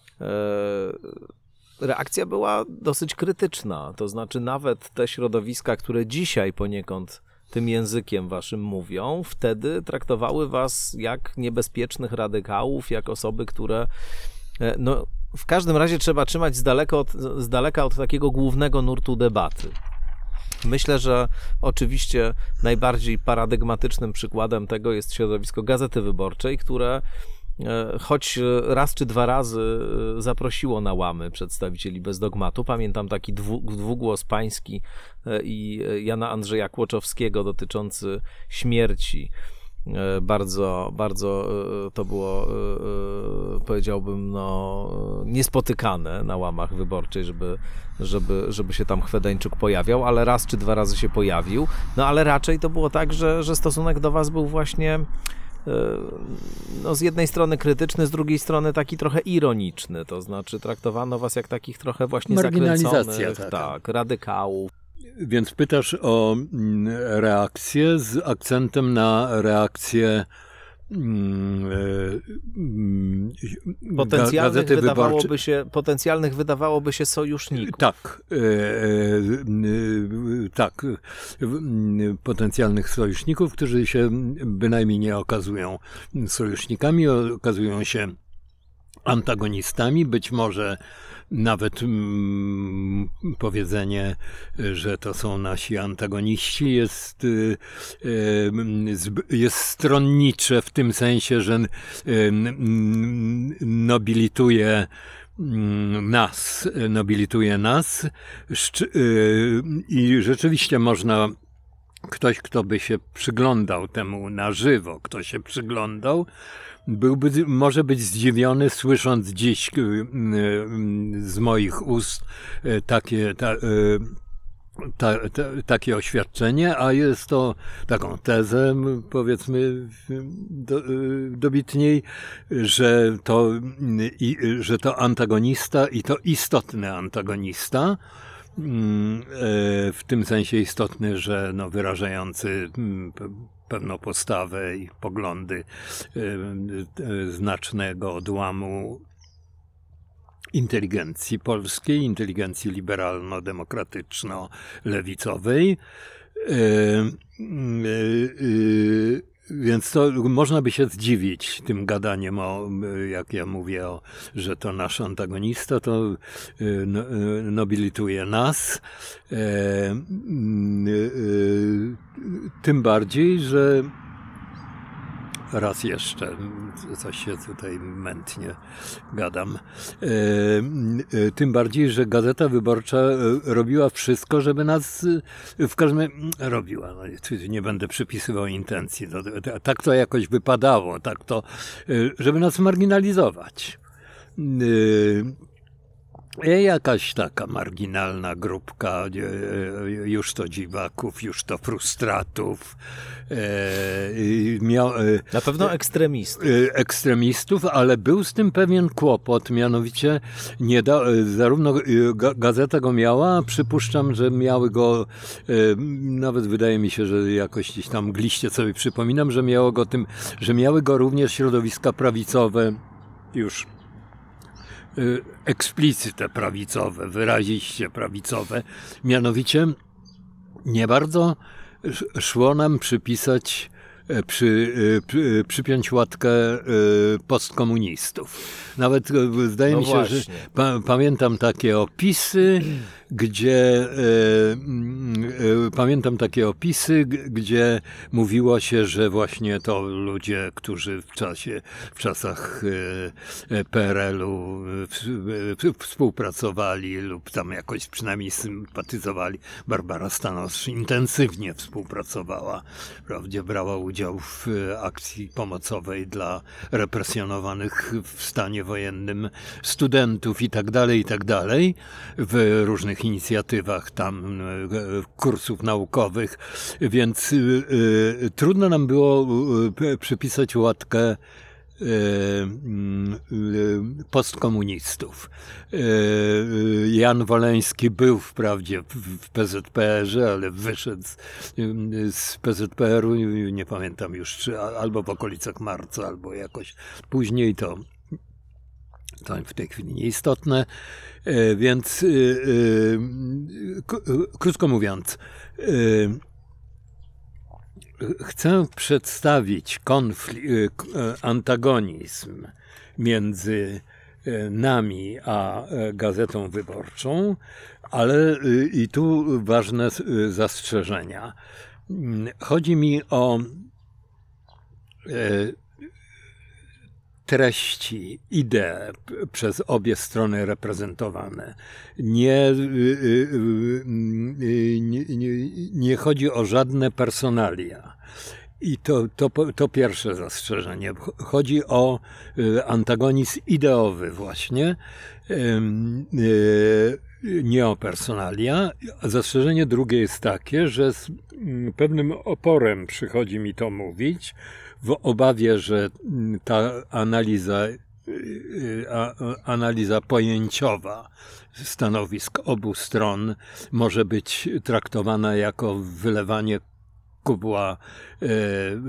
Reakcja była dosyć krytyczna, to znaczy nawet te środowiska, które dzisiaj poniekąd tym językiem waszym mówią, wtedy traktowały was jak niebezpiecznych radykałów, jak osoby, które no, w każdym razie trzeba trzymać z daleka od, z daleka od takiego głównego nurtu debaty. Myślę, że oczywiście najbardziej paradygmatycznym przykładem tego jest środowisko Gazety Wyborczej, które choć raz czy dwa razy zaprosiło na łamy przedstawicieli Bez Dogmatu. Pamiętam taki dwu, dwugłos pański i Jana Andrzeja Kłoczowskiego dotyczący śmierci. Bardzo, bardzo to było, powiedziałbym, no, niespotykane na łamach Wyborczej, żeby, żeby, żeby się tam Chwedeńczuk pojawiał, ale raz czy dwa razy się pojawił. No ale raczej to było tak, że, że stosunek do was był właśnie no, z jednej strony krytyczny, z drugiej strony taki trochę ironiczny, to znaczy traktowano was jak takich trochę właśnie zakręconych, taka. tak, radykałów. Więc pytasz o reakcję z akcentem na reakcję Potencjalnych Gazety wydawałoby Wyborczej. się, potencjalnych wydawałoby się sojuszników. Tak, e, e, tak, potencjalnych sojuszników, którzy się bynajmniej nie okazują sojusznikami, okazują się antagonistami, być może nawet mm, powiedzenie, że to są nasi antagoniści jest, y, y, jest stronnicze w tym sensie, że y, nobilituje nas, nobilituje nas i rzeczywiście można, ktoś, kto by się przyglądał temu na żywo, kto się przyglądał, byłby, może być zdziwiony, słysząc dziś z moich ust takie, ta, ta, ta, takie oświadczenie, a jest to taką tezę, powiedzmy do, dobitniej, że to, i, że to antagonista i to istotny antagonista, w tym sensie istotny, że no, wyrażający pewną postawę i poglądy znacznego odłamu inteligencji polskiej, inteligencji liberalno-demokratyczno-lewicowej. Więc to można by się zdziwić tym gadaniem, o, jak ja mówię, o, że to nasz antagonista, to no, nobilituje nas. E, e, tym bardziej, że raz jeszcze, coś się tutaj mętnie gadam. Tym bardziej, że Gazeta Wyborcza robiła wszystko, żeby nas, w każdym robiła, no, nie będę przypisywał intencji, to, tak to jakoś wypadało, tak to, żeby nas marginalizować. Jakaś taka marginalna grupka, już to dziwaków, już to frustratów. Miał, Na pewno ekstremistów. Ekstremistów, ale był z tym pewien kłopot, mianowicie nie da, zarówno gazeta go miała, przypuszczam, że miały go, nawet wydaje mi się, że jakoś gdzieś tam gliście sobie przypominam, że miało go tym, że miały go również środowiska prawicowe już eksplicite prawicowe, wyraziście prawicowe. Mianowicie nie bardzo szło nam przypisać, przy, przy, przypiąć łatkę postkomunistów. Nawet zdaje no mi się, właśnie. że pa, pamiętam takie opisy, gdzie e, e, pamiętam takie opisy, gdzie mówiło się, że właśnie to ludzie, którzy w czasie, w czasach e, P R L-u e, współpracowali lub tam jakoś przynajmniej sympatyzowali. Barbara Stanosz intensywnie współpracowała, wprawdzie brała udział w akcji pomocowej dla represjonowanych w stanie wojennym studentów i tak dalej, i tak dalej, w różnych inicjatywach tam kursów naukowych, więc y, y, trudno nam było y, przypisać łatkę y, y, postkomunistów. Y, Jan Woleński był wprawdzie w, w P Z P R-ze, ale wyszedł z, z P Z P R-u, nie pamiętam już, czy albo w okolicach marca, albo jakoś później, to to w tej chwili nieistotne, więc krótko mówiąc, chcę przedstawić konflikt, antagonizm między nami a Gazetą Wyborczą, ale i tu ważne zastrzeżenia. Chodzi mi o treści, idee przez obie strony reprezentowane. Nie, nie, nie, nie chodzi o żadne personalia. I to, to, to pierwsze zastrzeżenie. Chodzi o antagonizm ideowy właśnie, nie o personalia. Zastrzeżenie drugie jest takie, że z pewnym oporem przychodzi mi to mówić, w obawie, że ta analiza, analiza pojęciowa stanowisk obu stron może być traktowana jako wylewanie kubła e, e,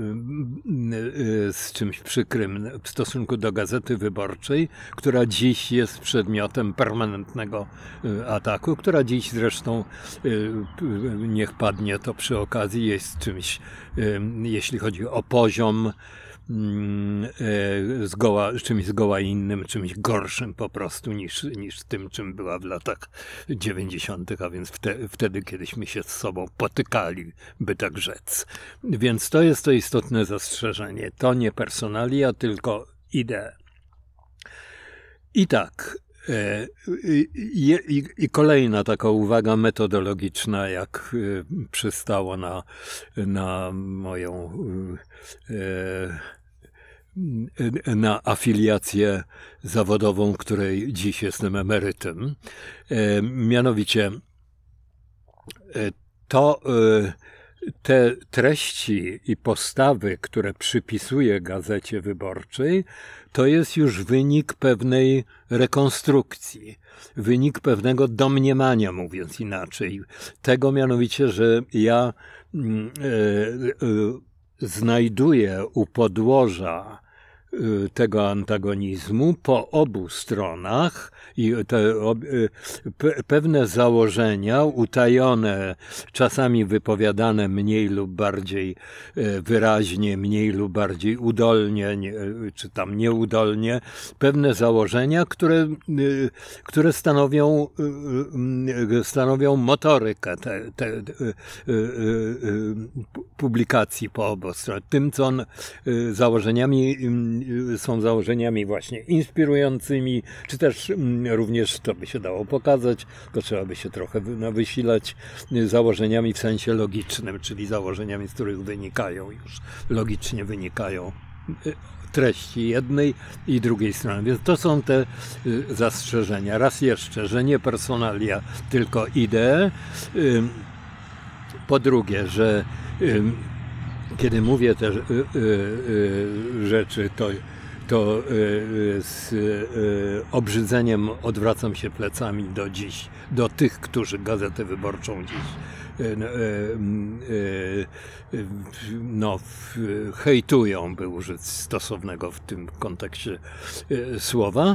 z czymś przykrym w stosunku do Gazety Wyborczej, która dziś jest przedmiotem permanentnego ataku, która dziś zresztą, e, niech padnie to przy okazji, jest czymś, e, jeśli chodzi o poziom, zgoła, czymś zgoła innym, czymś gorszym po prostu niż, niż tym, czym była w latach dziewięćdziesiątych, a więc wtedy, wtedy, kiedyśmy się z sobą potykali, by tak rzec. Więc to jest to istotne zastrzeżenie. To nie personalia, tylko idee. I tak, i, i, i kolejna taka uwaga metodologiczna, jak przystało na, na moją na afiliację zawodową, której dziś jestem emerytem. Mianowicie to te treści i postawy, które przypisuję Gazecie Wyborczej, to jest już wynik pewnej rekonstrukcji, wynik pewnego domniemania, mówiąc inaczej. Tego mianowicie, że ja y, y, znajduję u podłoża tego antagonizmu po obu stronach i te pe, pewne założenia utajone, czasami wypowiadane mniej lub bardziej wyraźnie, mniej lub bardziej udolnie, nie, czy tam nieudolnie, pewne założenia, które, które stanowią, stanowią motorykę te, te, te, publikacji po obu stronach. Tym, co on, założeniami są założeniami właśnie inspirującymi, czy też również, to by się dało pokazać, to trzeba by się trochę wysilać, założeniami w sensie logicznym, czyli założeniami, z których wynikają już, logicznie wynikają treści jednej i drugiej strony. Więc to są te zastrzeżenia. Raz jeszcze, że nie personalia, tylko idee. Po drugie, że kiedy mówię te rzeczy, to, to z obrzydzeniem odwracam się plecami do dziś, do tych, którzy Gazetę Wyborczą dziś no, hejtują, by użyć stosownego w tym kontekście słowa.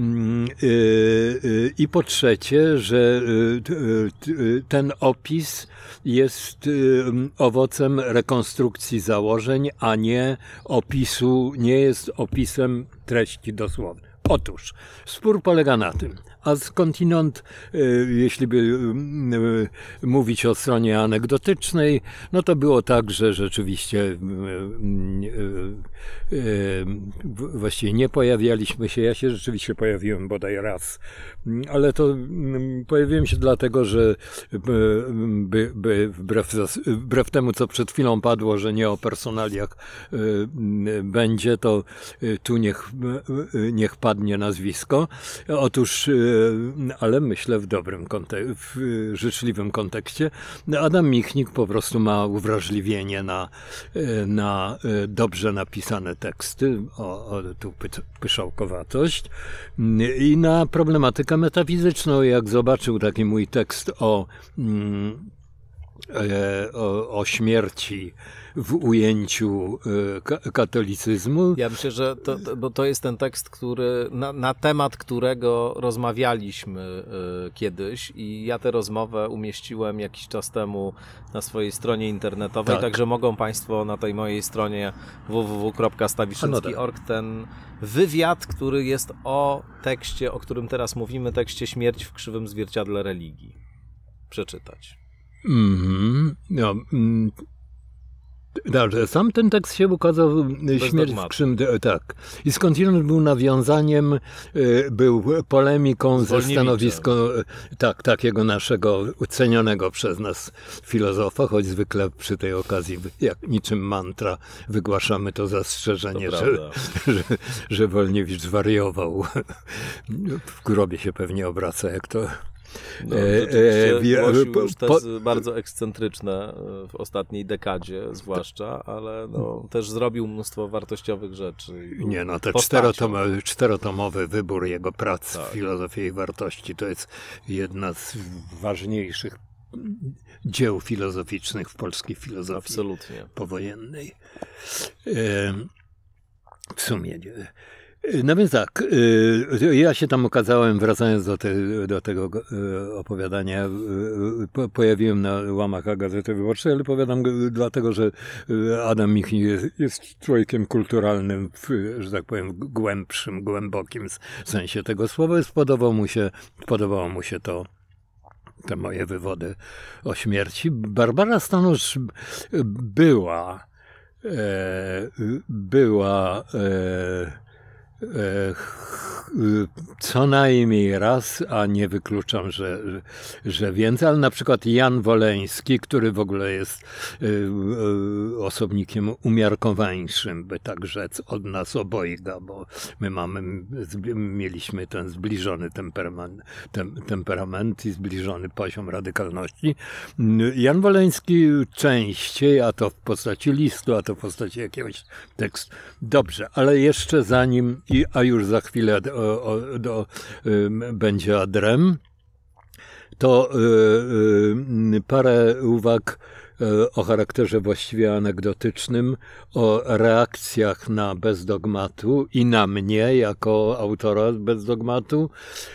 I po trzecie, że ten opis jest owocem rekonstrukcji założeń, a nie opisu, nie jest opisem treści dosłownej. Otóż spór polega na tym, a skądinąd, jeśli by mówić o stronie anegdotycznej, no to było tak, że rzeczywiście właściwie nie pojawialiśmy się. Ja się rzeczywiście pojawiłem bodaj raz, ale to pojawiłem się dlatego, że by, by wbrew, wbrew temu, co przed chwilą padło, że nie o personaliach będzie, to tu niech, niech padnie nazwisko. Otóż ale myślę w dobrym kontekście, w życzliwym kontekście. Adam Michnik po prostu ma uwrażliwienie na, na dobrze napisane teksty, o, o tu py, pyszałkowatość i na problematykę metafizyczną. Jak zobaczył taki mój tekst o, o, o śmierci w ujęciu katolicyzmu. Ja myślę, że to, to, bo to jest ten tekst, który, na, na temat którego rozmawialiśmy y, kiedyś i ja tę rozmowę umieściłem jakiś czas temu na swojej stronie internetowej, tak. Także mogą Państwo na tej mojej stronie w w w kropka stawiszyński kropka org ten wywiad, który jest o tekście, o którym teraz mówimy, tekście Śmierć w krzywym zwierciadle religii, przeczytać. Mm, no, mm. Dobrze, sam ten tekst się ukazał, Bez Śmierć dogmatu. w krzywym, tak. I skądinąd był nawiązaniem, był polemiką ze stanowiska, tak, takiego naszego cenionego przez nas filozofa, choć zwykle przy tej okazji, jak niczym mantra, wygłaszamy to zastrzeżenie, to że, że, że Wolniewicz zwariował. W grobie się pewnie obraca, jak to... No, rzeczywiście głosił już tezy bardzo ekscentryczne w ostatniej dekadzie zwłaszcza, ale no, też zrobił mnóstwo wartościowych rzeczy. Nie no, ten czterotomowy, czterotomowy wybór jego prac tak. w filozofii i wartości to jest jedna z ważniejszych dzieł filozoficznych w polskiej filozofii Absolutnie. powojennej. W sumie nie. No więc tak, ja się tam okazałem, wracając do, te, do tego opowiadania, pojawiłem na łamach Gazety Wyborczej, ale powiadam dlatego, że Adam Michnik jest, jest człowiekiem kulturalnym, w, że tak powiem, głębszym, głębokim sensie tego słowa. Spodobał mu się, podobało mu się to, te moje wywody o śmierci. Barbara Stanosz była, e, była e, co najmniej raz, a nie wykluczam, że, że więcej, ale na przykład Jan Woleński, który w ogóle jest osobnikiem umiarkowańszym, by tak rzec, od nas obojga, bo my mamy, mieliśmy ten zbliżony temperament, tem, temperament i zbliżony poziom radykalności. Jan Woleński częściej, a to w postaci listu, a to w postaci jakiegoś tekstu. Dobrze, ale jeszcze zanim I, a już za chwilę do, do, do, będzie adrem, to y, y, parę uwag o charakterze właściwie anegdotycznym, o reakcjach na Bez dogmatu i na mnie jako autora Bez dogmatu.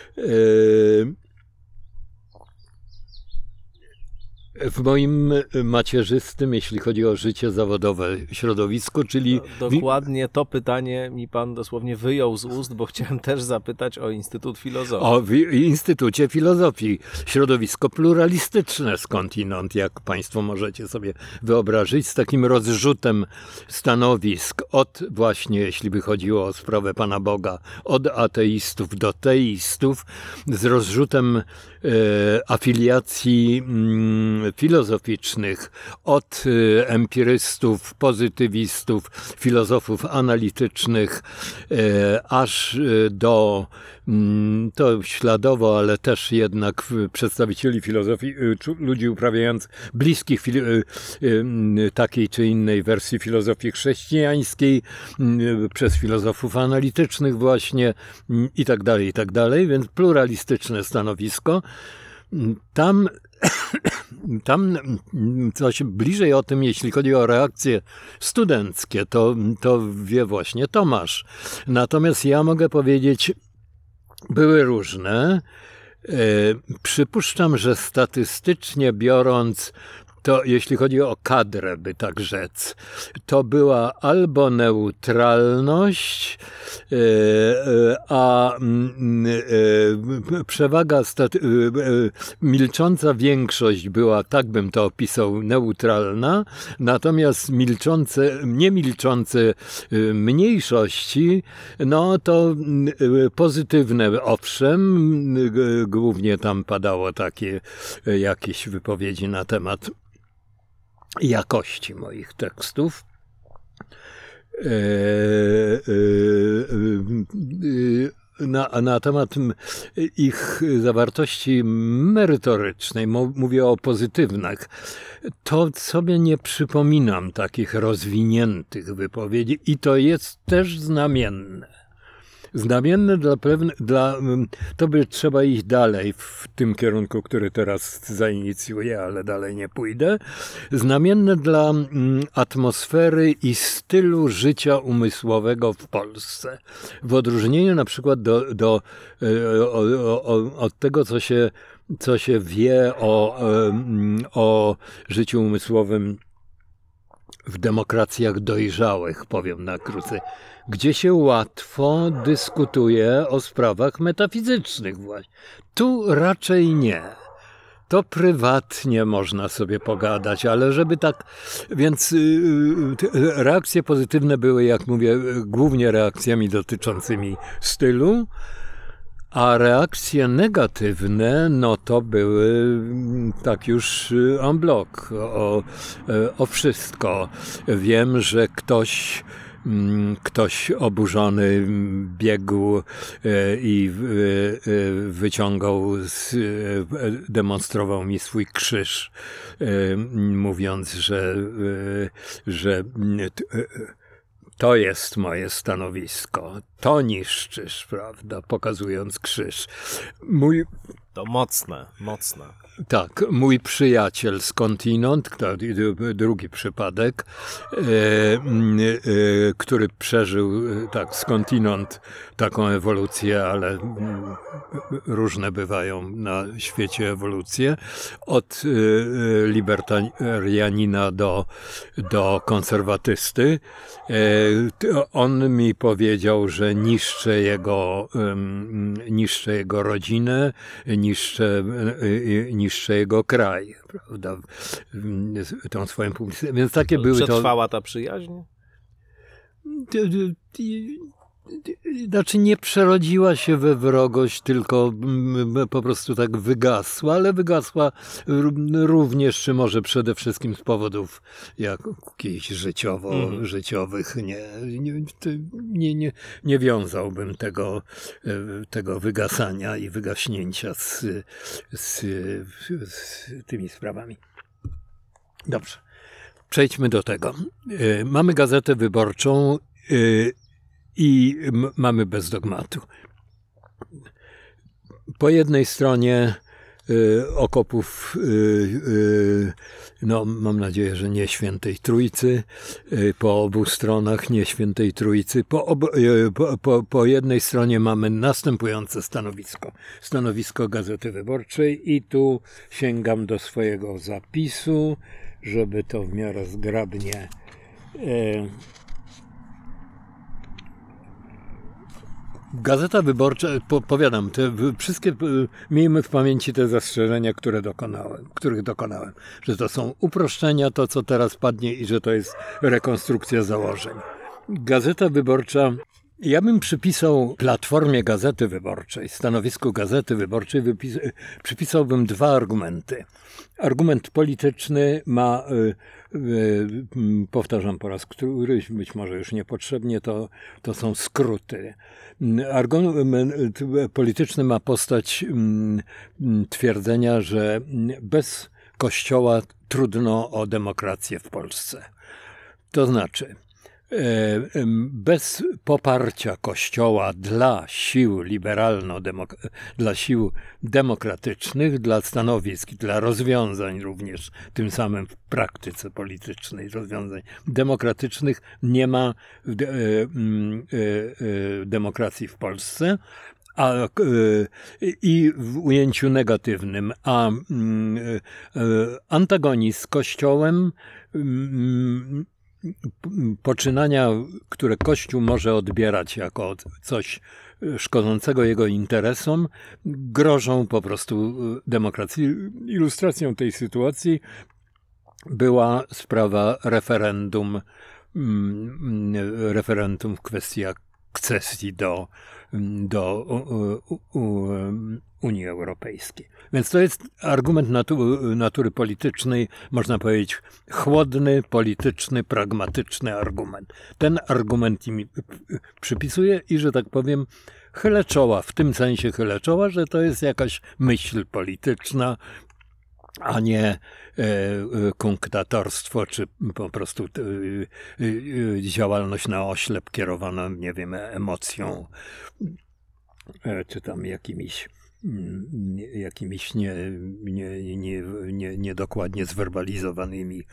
W moim macierzystym, jeśli chodzi o życie zawodowe, środowisku, czyli... No, dokładnie to pytanie mi pan dosłownie wyjął z ust, bo chciałem też zapytać o Instytut Filozofii. O w Instytucie Filozofii. Środowisko pluralistyczne skądinąd, jak państwo możecie sobie wyobrazić, z takim rozrzutem stanowisk od właśnie, jeśli by chodziło o sprawę Pana Boga, od ateistów do teistów, z rozrzutem e, afiliacji mm, filozoficznych, od y, empirystów, pozytywistów, filozofów analitycznych, y, aż y, do, y, to śladowo, ale też jednak y, przedstawicieli filozofii, y, ludzi uprawiających bliskich fili- y, y, takiej czy innej wersji filozofii chrześcijańskiej, y, przez filozofów analitycznych właśnie y, i tak dalej, i tak dalej, więc pluralistyczne stanowisko. Tam Tam coś bliżej o tym, jeśli chodzi o reakcje studenckie, to, to wie właśnie Tomasz. Natomiast ja mogę powiedzieć, były różne. E, przypuszczam, że statystycznie biorąc, to jeśli chodzi o kadrę, by tak rzec, to była albo neutralność, a przewaga, staty- milcząca większość była, tak bym to opisał, neutralna, natomiast milczące, niemilczące mniejszości, no to pozytywne, owszem, głównie tam padało takie jakieś wypowiedzi na temat jakości moich tekstów. Na, na temat ich zawartości merytorycznej, mówię o pozytywnych, to sobie nie przypominam takich rozwiniętych wypowiedzi i to jest też znamienne. Znamienne dla pewne, dla, to by trzeba iść dalej w tym kierunku, który teraz zainicjuję, ale dalej nie pójdę. Znamienne dla atmosfery i stylu życia umysłowego w Polsce. W odróżnieniu na przykład do, do, o, o, od tego, co się, co się wie o, o życiu umysłowym w demokracjach dojrzałych, powiem na krócej, gdzie się łatwo dyskutuje o sprawach metafizycznych właśnie. Tu raczej nie. To prywatnie można sobie pogadać, ale żeby tak... Więc yy, reakcje pozytywne były, jak mówię, głównie reakcjami dotyczącymi stylu, a reakcje negatywne, no to były tak już en bloc, o, o wszystko. Wiem, że ktoś... Ktoś oburzony biegł i wyciągał, demonstrował mi swój krzyż, mówiąc, że, że to jest moje stanowisko, to niszczysz, prawda, pokazując krzyż. Mój... To mocne, mocne. Tak, mój przyjaciel skądinąd, drugi przypadek, e, e, który przeżył tak skądinąd taką ewolucję, ale różne bywają na świecie ewolucje, od e, libertarianina do, do konserwatysty. E, on mi powiedział, że niszczę jego, e, niszczę jego rodzinę, niszczę, e, niszczę jego kraj, prawda, tą swoją publicyzację. Więc takie były to... Przetrwała ta przyjaźń? Znaczy nie przerodziła się we wrogość, tylko po prostu tak wygasła, ale wygasła również, czy może przede wszystkim z powodów jakichś życiowo, mm. życiowych. Nie, nie, nie, nie wiązałbym tego, tego wygasania i wygaśnięcia z, z, z tymi sprawami. Dobrze, przejdźmy do tego. Mamy Gazetę Wyborczą i mamy Bez dogmatu. Po jednej stronie okopów, no mam nadzieję, że nie Świętej Trójcy, po obu stronach nie Świętej Trójcy. Po, ob, po, po, po jednej stronie mamy następujące stanowisko. Stanowisko Gazety Wyborczej i tu sięgam do swojego zapisu, żeby to w miarę zgrabnie Gazeta Wyborcza, po, powiadam, te wszystkie, miejmy w pamięci te zastrzeżenia, które dokonałem, których dokonałem, że to są uproszczenia, to co teraz padnie i że to jest rekonstrukcja założeń. Gazeta Wyborcza, ja bym przypisał Platformie Gazety Wyborczej, stanowisku Gazety Wyborczej, wypis, przypisałbym dwa argumenty. Argument polityczny ma, y, y, powtarzam po raz któryś, być może już niepotrzebnie, to, to są skróty. Argument polityczny ma postać y, twierdzenia, że bez Kościoła trudno o demokrację w Polsce. To znaczy, bez poparcia Kościoła dla sił liberalno-demok- dla sił demokratycznych, dla stanowisk, dla rozwiązań również, tym samym w praktyce politycznej rozwiązań demokratycznych nie ma de- e, e, demokracji w Polsce. A, e, i w ujęciu negatywnym, a e, antagonizm z Kościołem, e, poczynania, które Kościół może odbierać jako coś szkodzącego jego interesom, grożą po prostu demokracji. Ilustracją tej sytuacji była sprawa referendum, referendum w kwestii akcesji do, do u, u, Unii Europejskiej. Więc to jest argument natu- natury politycznej, można powiedzieć chłodny, polityczny, pragmatyczny argument. Ten argument mi przypisuje i, że tak powiem, chylę czoła, w tym sensie chylę czoła, że to jest jakaś myśl polityczna, a nie e, kunktatorstwo, czy po prostu e, e, działalność na oślep kierowana, nie wiem, emocją, e, czy tam jakimiś jakimiś nie, nie, nie, nie, niedokładnie zwerbalizowanymi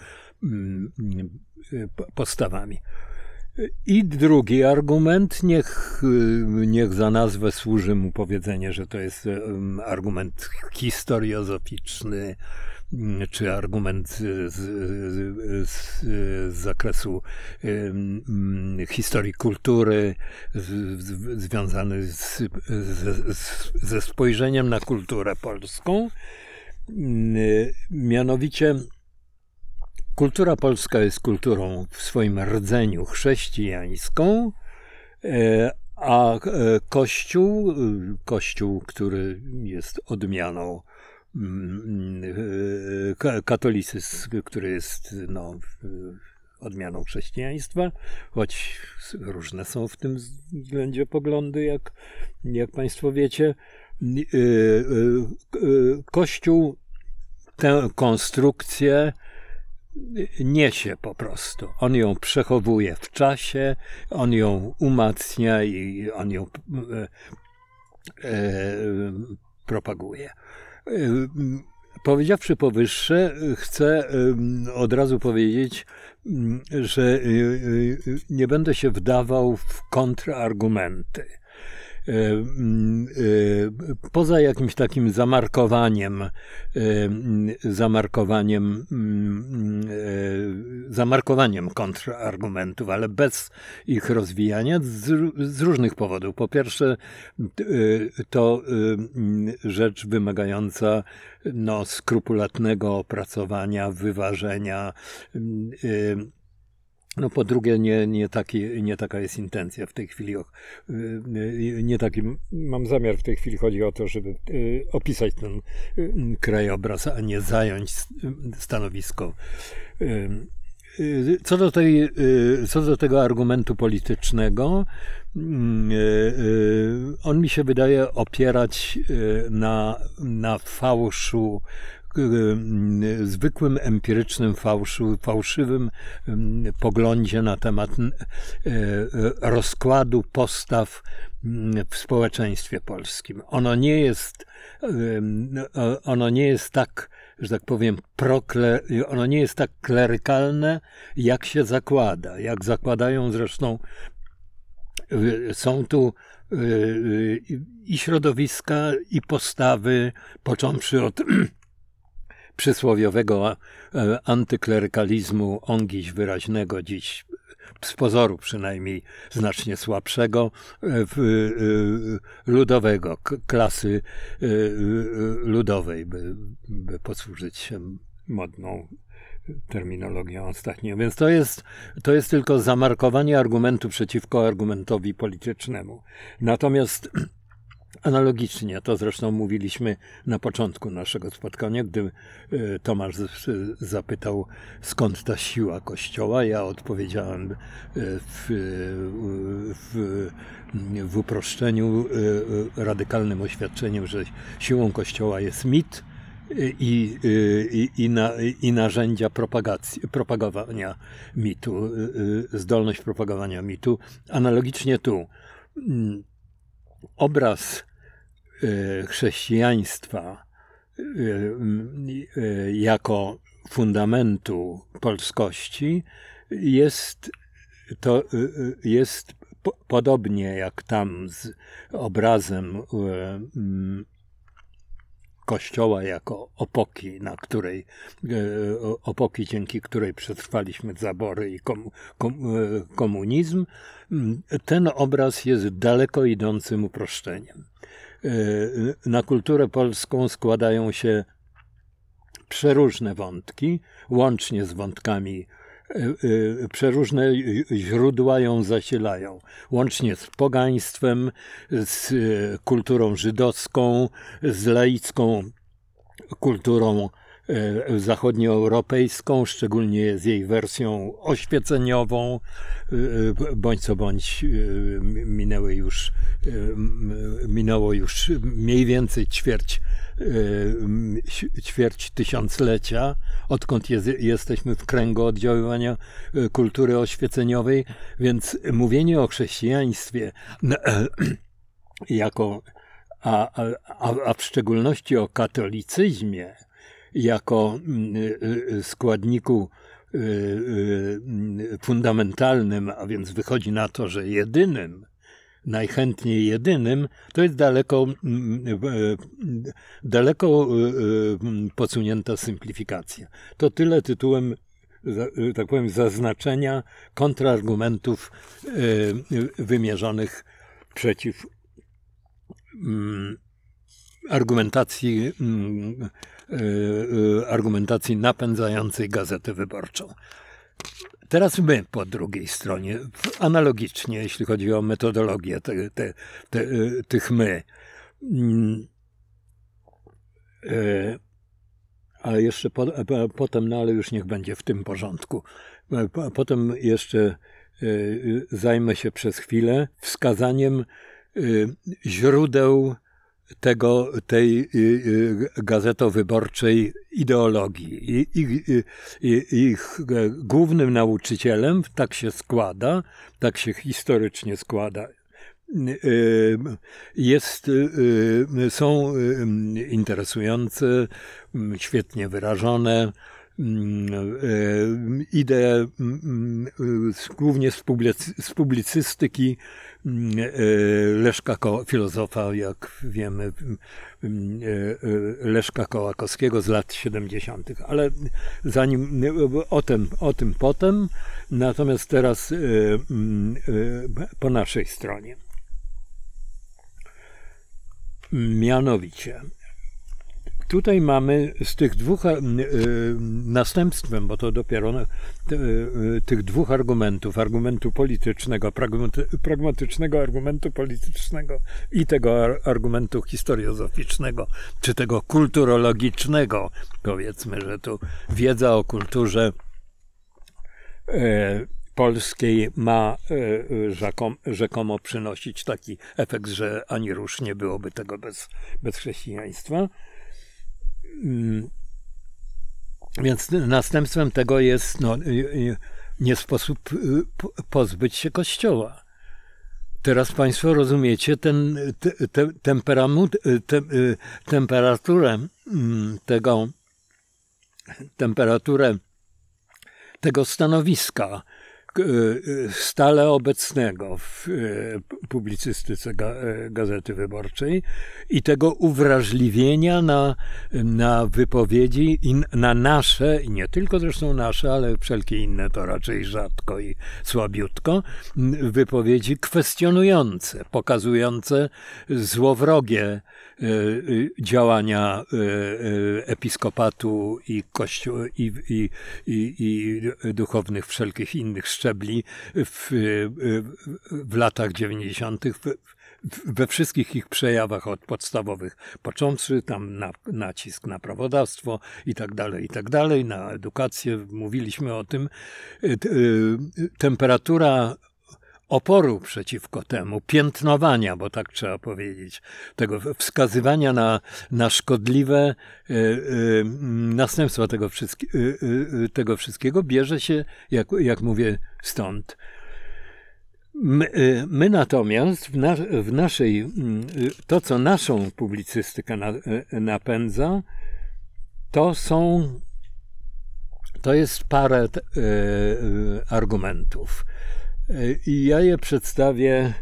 postawami. I drugi argument, niech, niech za nazwę służy mu powiedzenie, że to jest argument historiozoficzny, czy argument z, z, z zakresu um, historii kultury, z, z, związany z, z, ze spojrzeniem na kulturę polską. Mianowicie kultura polska jest kulturą w swoim rdzeniu chrześcijańską, a Kościół, Kościół, który jest odmianą, katolicyzm, który jest no, odmianą chrześcijaństwa, choć różne są w tym względzie poglądy, jak, jak Państwo wiecie. Kościół tę konstrukcję niesie po prostu. On ją przechowuje w czasie, on ją umacnia i on ją e, e, propaguje. E, powiedziawszy powyższe, chcę e, od razu powiedzieć, że e, nie będę się wdawał w kontrargumenty. Poza jakimś takim zamarkowaniem, zamarkowaniem, zamarkowaniem kontrargumentów, ale bez ich rozwijania z, z różnych powodów. Po pierwsze, to rzecz wymagająca no, skrupulatnego opracowania, wyważenia. No po drugie, nie, nie, taki, nie taka jest intencja w tej chwili. Nie taki, mam zamiar w tej chwili, chodzi o to, żeby opisać ten krajobraz, a nie zająć stanowisko. Co do, tej, co do tego argumentu politycznego, on mi się wydaje opierać na, na fałszu zwykłym empirycznym fałszu, fałszywym poglądzie na temat rozkładu postaw w społeczeństwie polskim. Ono nie jest, ono nie jest tak, że tak powiem, prokle, ono nie jest tak klerykalne, jak się zakłada, jak zakładają zresztą. Są tu i środowiska, i postawy, począwszy od przysłowiowego antyklerykalizmu, on dziś wyraźnego, dziś z pozoru przynajmniej znacznie słabszego, ludowego, klasy ludowej, by, by posłużyć się modną terminologią ostatnio. Więc to jest, to jest tylko zamarkowanie argumentu przeciwko argumentowi politycznemu. Natomiast analogicznie, to zresztą mówiliśmy na początku naszego spotkania, gdy Tomasz zapytał, skąd ta siła Kościoła, ja odpowiedziałem w, w, w uproszczeniu, radykalnym oświadczeniem, że siłą Kościoła jest mit, I, i, i, na, i narzędzia propagacji, propagowania mitu, zdolność propagowania mitu. Analogicznie tu obraz chrześcijaństwa jako fundamentu polskości jest, to jest podobnie jak tam z obrazem Kościoła jako opoki, na której, opoki, dzięki której przetrwaliśmy zabory i kom, kom, komunizm, ten obraz jest daleko idącym uproszczeniem. Na kulturę polską składają się przeróżne wątki, łącznie z wątkami, przeróżne źródła ją zasilają, łącznie z pogaństwem, z kulturą żydowską, z laicką kulturą zachodnioeuropejską, szczególnie z jej wersją oświeceniową, bądź co bądź minęły już, minęło już mniej więcej ćwierć, ćwierć tysiąclecia, odkąd jest, jesteśmy w kręgu oddziaływania kultury oświeceniowej, więc mówienie o chrześcijaństwie jako, a, a, a w szczególności o katolicyzmie, jako składniku fundamentalnym, a więc wychodzi na to, że jedynym, najchętniej jedynym, to jest daleko, daleko posunięta symplifikacja. To tyle tytułem, tak powiem, zaznaczenia kontrargumentów wymierzonych przeciw argumentacji, argumentacji napędzającej Gazetę Wyborczą. Teraz my po drugiej stronie, analogicznie, jeśli chodzi o metodologię te, te, te, tych my. Ale jeszcze po, potem, no ale już niech będzie w tym porządku. Potem jeszcze zajmę się przez chwilę wskazaniem źródeł tego, tej gazetowyborczej ideologii. I, i, i, ich głównym nauczycielem, tak się składa, tak się historycznie składa, jest, są interesujące, świetnie wyrażone idee, głównie z publicystyki Leszka Ko- filozofa, jak wiemy, Leszka Kołakowskiego z lat siedemdziesiątych. Ale zanim o tym, o tym potem, natomiast teraz po naszej stronie. Mianowicie, tutaj mamy z tych dwóch y, następstwem, bo to dopiero y, y, tych dwóch argumentów, argumentu politycznego, pragmaty, pragmatycznego argumentu politycznego i tego ar, argumentu historiozoficznego, czy tego kulturologicznego, powiedzmy, że tu wiedza o kulturze y, polskiej ma y, rzekom, rzekomo przynosić taki efekt, że ani rusz nie byłoby tego bez, bez chrześcijaństwa. Więc następstwem tego jest, no, nie sposób pozbyć się Kościoła. Teraz Państwo rozumiecie ten, te, te, temperamut, te, temperaturę tego, temperaturę tego stanowiska stale obecnego w publicystyce Gazety Wyborczej i tego uwrażliwienia na, na wypowiedzi i na nasze, i nie tylko zresztą nasze, ale wszelkie inne to raczej rzadko i słabiutko, wypowiedzi kwestionujące, pokazujące złowrogie działania episkopatu i kościół i, i, i, i duchownych wszelkich innych szczebli w, w latach dziewięćdziesiątych w, we wszystkich ich przejawach od podstawowych, począwszy tam na nacisk na prawodawstwo i tak dalej, i tak dalej, na edukację, mówiliśmy o tym. Temperatura oporu przeciwko temu, piętnowania, bo tak trzeba powiedzieć, tego wskazywania na, na szkodliwe y, y, następstwa tego, wszystki, y, y, tego wszystkiego bierze się, jak, jak mówię, stąd. My, y, my natomiast w, na, w naszej, y, to co naszą publicystykę na, y, napędza, to są, to jest parę y, y, argumentów. I ja je przedstawię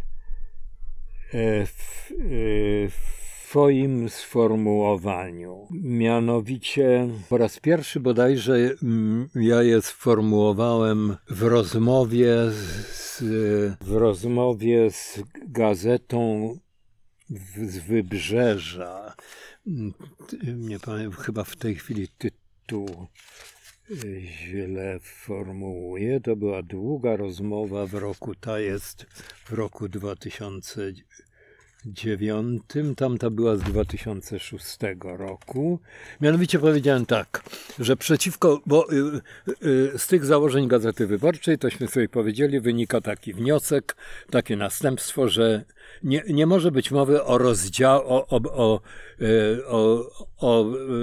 w, w swoim sformułowaniu. Mianowicie po raz pierwszy bodajże ja je sformułowałem w rozmowie z, w rozmowie z gazetą z Wybrzeża. Nie pamiętam, chyba w tej chwili tytuł źle formułuję. To była długa rozmowa w roku, ta jest w roku dwa tysiące dziewiątym, tamta była z dwa tysiące szóstego roku. Mianowicie powiedziałem tak, że przeciwko, bo y, y, z tych założeń Gazety Wyborczej, tośmy sobie powiedzieli, wynika taki wniosek, takie następstwo, że nie, nie może być mowy o rozdział, o, o, o, o, o,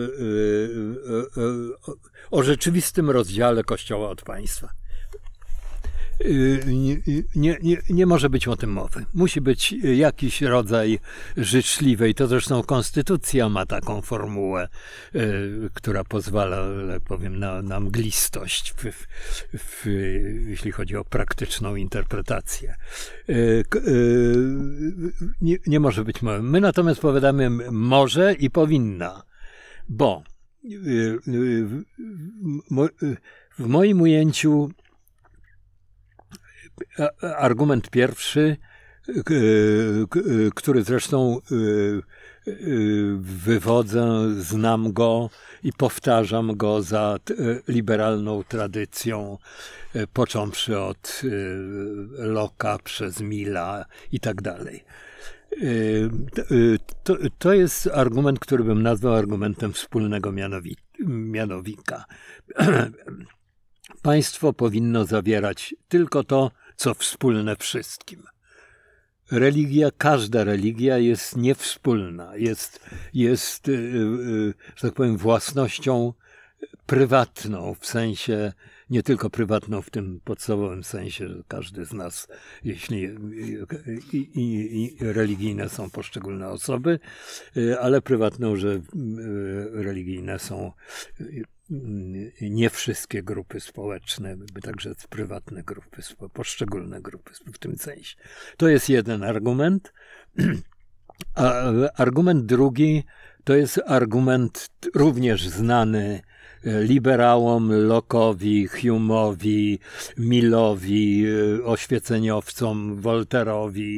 o, o rzeczywistym rozdziale Kościoła od państwa. Nie, nie, nie, nie może być o tym mowy. Musi być jakiś rodzaj życzliwej. To zresztą konstytucja ma taką formułę, y, która pozwala, jak powiem, na, na mglistość, w, w, w, jeśli chodzi o praktyczną interpretację. Y, y, nie, nie może być mowy. My natomiast powiadamy może i powinna, bo y, y, w, w moim ujęciu argument pierwszy, który zresztą wywodzę, znam go i powtarzam go za liberalną tradycją, począwszy od Locke'a przez Milla i tak dalej. To, to jest argument, który bym nazwał argumentem wspólnego mianowi, mianownika. Państwo powinno zawierać tylko to, co wspólne wszystkim. Religia, każda religia jest niewspólna, jest, jest, że tak powiem, własnością prywatną, w sensie, nie tylko prywatną w tym podstawowym sensie, że każdy z nas, jeśli i, i, i religijne są poszczególne osoby, ale prywatną, że religijne są nie wszystkie grupy społeczne, także prywatne grupy, poszczególne grupy w tym sensie. To jest jeden argument. A argument drugi to jest argument również znany liberałom, Locke'owi, Hume'owi, Millowi, oświeceniowcom, Voltaire'owi,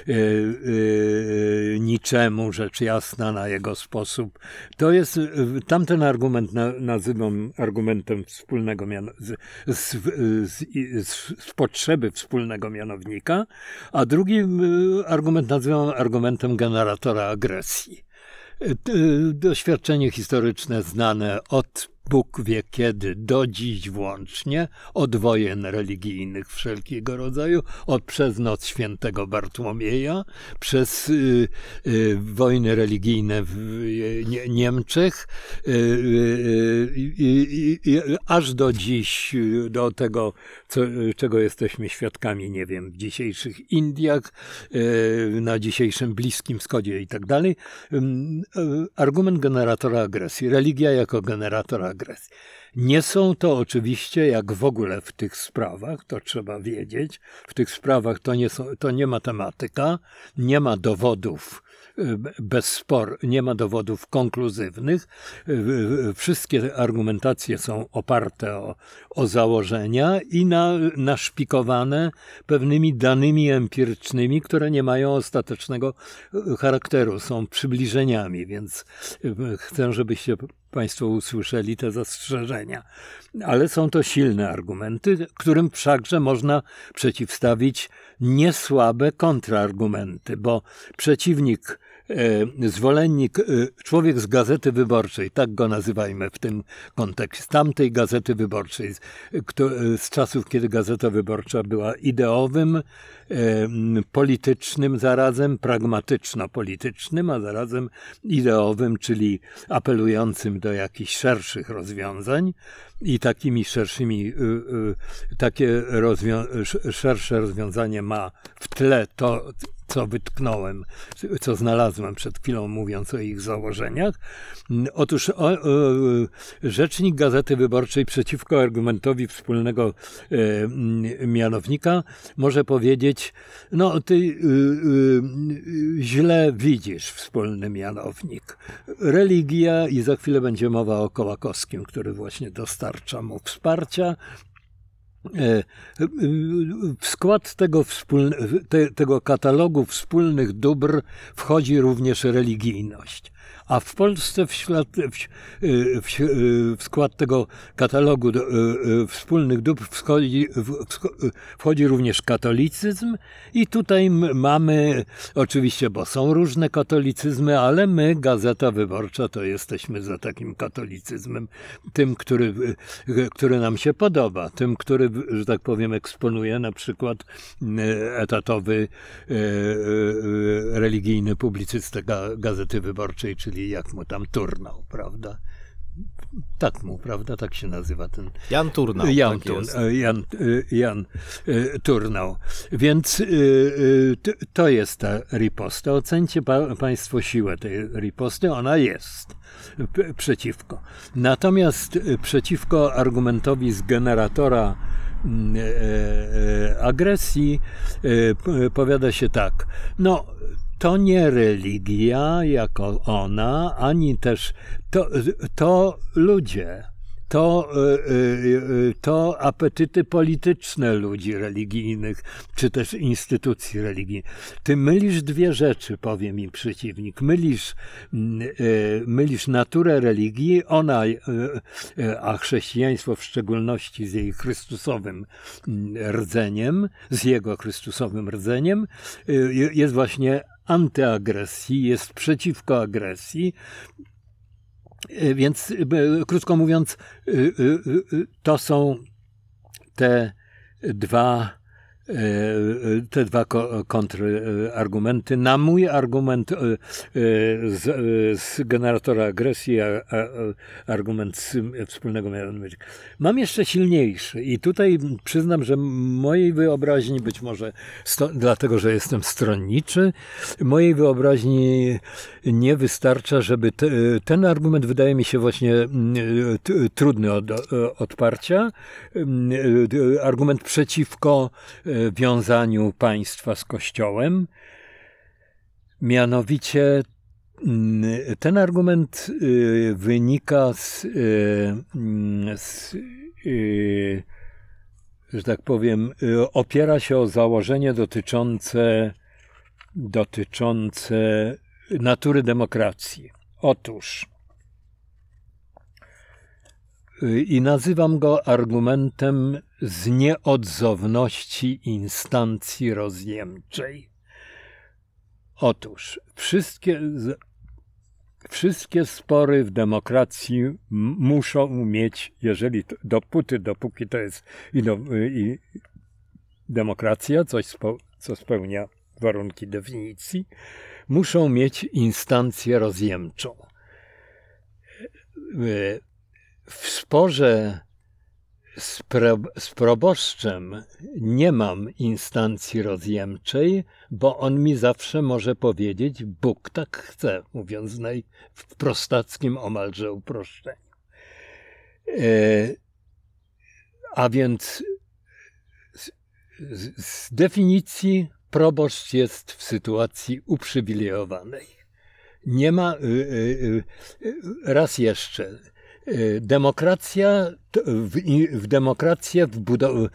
niczemu, rzecz jasna, na jego sposób. To jest, tamten argument na, nazywam argumentem wspólnego miano, z, z, z, z, z potrzeby wspólnego mianownika, a drugi argument nazywam argumentem generatora agresji. Doświadczenie historyczne znane od Bóg wie kiedy, do dziś włącznie, od wojen religijnych wszelkiego rodzaju, od przez noc świętego Bartłomieja, przez y, y, wojny religijne w y, nie, Niemczech, y, y, y, y, aż do dziś, do tego, co, czego jesteśmy świadkami, nie wiem, w dzisiejszych Indiach, y, na dzisiejszym Bliskim Wschodzie i tak dalej. Y, y, argument generatora agresji, religia jako generator agresji. Nie są to oczywiście, jak w ogóle w tych sprawach, to trzeba wiedzieć, w tych sprawach to nie, są, to nie matematyka, nie ma dowodów bez spor, nie ma dowodów konkluzywnych. Wszystkie argumentacje są oparte o, o założenia i na, naszpikowane pewnymi danymi empirycznymi, które nie mają ostatecznego charakteru, są przybliżeniami, więc chcę, żebyście Państwo usłyszeli te zastrzeżenia. Ale są to silne argumenty, którym wszakże można przeciwstawić niesłabe kontrargumenty, bo przeciwnik, e, zwolennik, e, człowiek z Gazety Wyborczej, tak go nazywajmy w tym kontekście, tamtej Gazety Wyborczej, z, kto, z czasów, kiedy Gazeta Wyborcza była ideowym, e, politycznym zarazem, pragmatyczno-politycznym, a zarazem ideowym, czyli apelującym do jakichś szerszych rozwiązań i takimi szerszymi, y, y, takie rozwią- szersze rozwiązanie ma w tle to, co wytknąłem, co znalazłem przed chwilą, mówiąc o ich założeniach. Otóż o, o, rzecznik Gazety Wyborczej przeciwko argumentowi wspólnego e, mianownika może powiedzieć, no ty y, y, źle widzisz wspólny mianownik. Religia, i za chwilę będzie mowa o Kołakowskim, który właśnie dostarcza mu wsparcia. W skład tego, wspólne, te, tego katalogu wspólnych dóbr wchodzi również religijność. A w Polsce w, ślad, w, w, w skład tego katalogu do, wspólnych dóbr wchodzi, wchodzi również katolicyzm i tutaj mamy, oczywiście, bo są różne katolicyzmy, ale my, Gazeta Wyborcza, to jesteśmy za takim katolicyzmem, tym, który, który nam się podoba, tym, który, że tak powiem, eksponuje na przykład etatowy religijny publicysta Gazety Wyborczej, czyli jak mu tam Turnał, prawda? Tak mu, prawda? Tak się nazywa ten... Jan Turnał. Jan, tak jest. Jan, Jan Turnał. Więc to jest ta riposta. Ocencie pa, Państwo siłę tej riposty. Ona jest przeciwko. Natomiast przeciwko argumentowi z generatora agresji powiada się tak. No, to nie religia jako ona, ani też to, to ludzie, to, to apetyty polityczne ludzi religijnych, czy też instytucji religijnych. Ty mylisz dwie rzeczy, powie mi przeciwnik. Mylisz, mylisz naturę religii, ona, a chrześcijaństwo w szczególności z jej chrystusowym rdzeniem, z jego chrystusowym rdzeniem, jest właśnie antyagresji, jest przeciwko agresji. Więc, krótko mówiąc, to są te dwa, te dwa kontrargumenty. Na mój argument z, z generatora agresji, a, a, argument z wspólnego mianownika. Mam jeszcze silniejszy i tutaj przyznam, że mojej wyobraźni, być może sto, dlatego, że jestem stronniczy, mojej wyobraźni nie wystarcza, żeby te, ten argument wydaje mi się właśnie t, trudny od odparcia. Argument przeciwko wiązaniu państwa z Kościołem. Mianowicie ten argument wynika z, z że tak powiem, opiera się o założenie dotyczące, dotyczące natury demokracji. Otóż i nazywam go argumentem z nieodzowności instancji rozjemczej. Otóż wszystkie, wszystkie spory w demokracji m- muszą mieć, jeżeli to, dopóty, dopóki to jest i do, i demokracja, coś spo, co spełnia warunki definicji, muszą mieć instancję rozjemczą. W sporze z, pro, z proboszczem nie mam instancji rozjemczej, bo on mi zawsze może powiedzieć: Bóg tak chce, mówiąc naj, w prostackim omalże uproszczeniu. E, a więc z, z, z definicji proboszcz jest w sytuacji uprzywilejowanej. Nie ma, y, y, y, raz jeszcze, y, demokracja, w, w demokrację wbudo,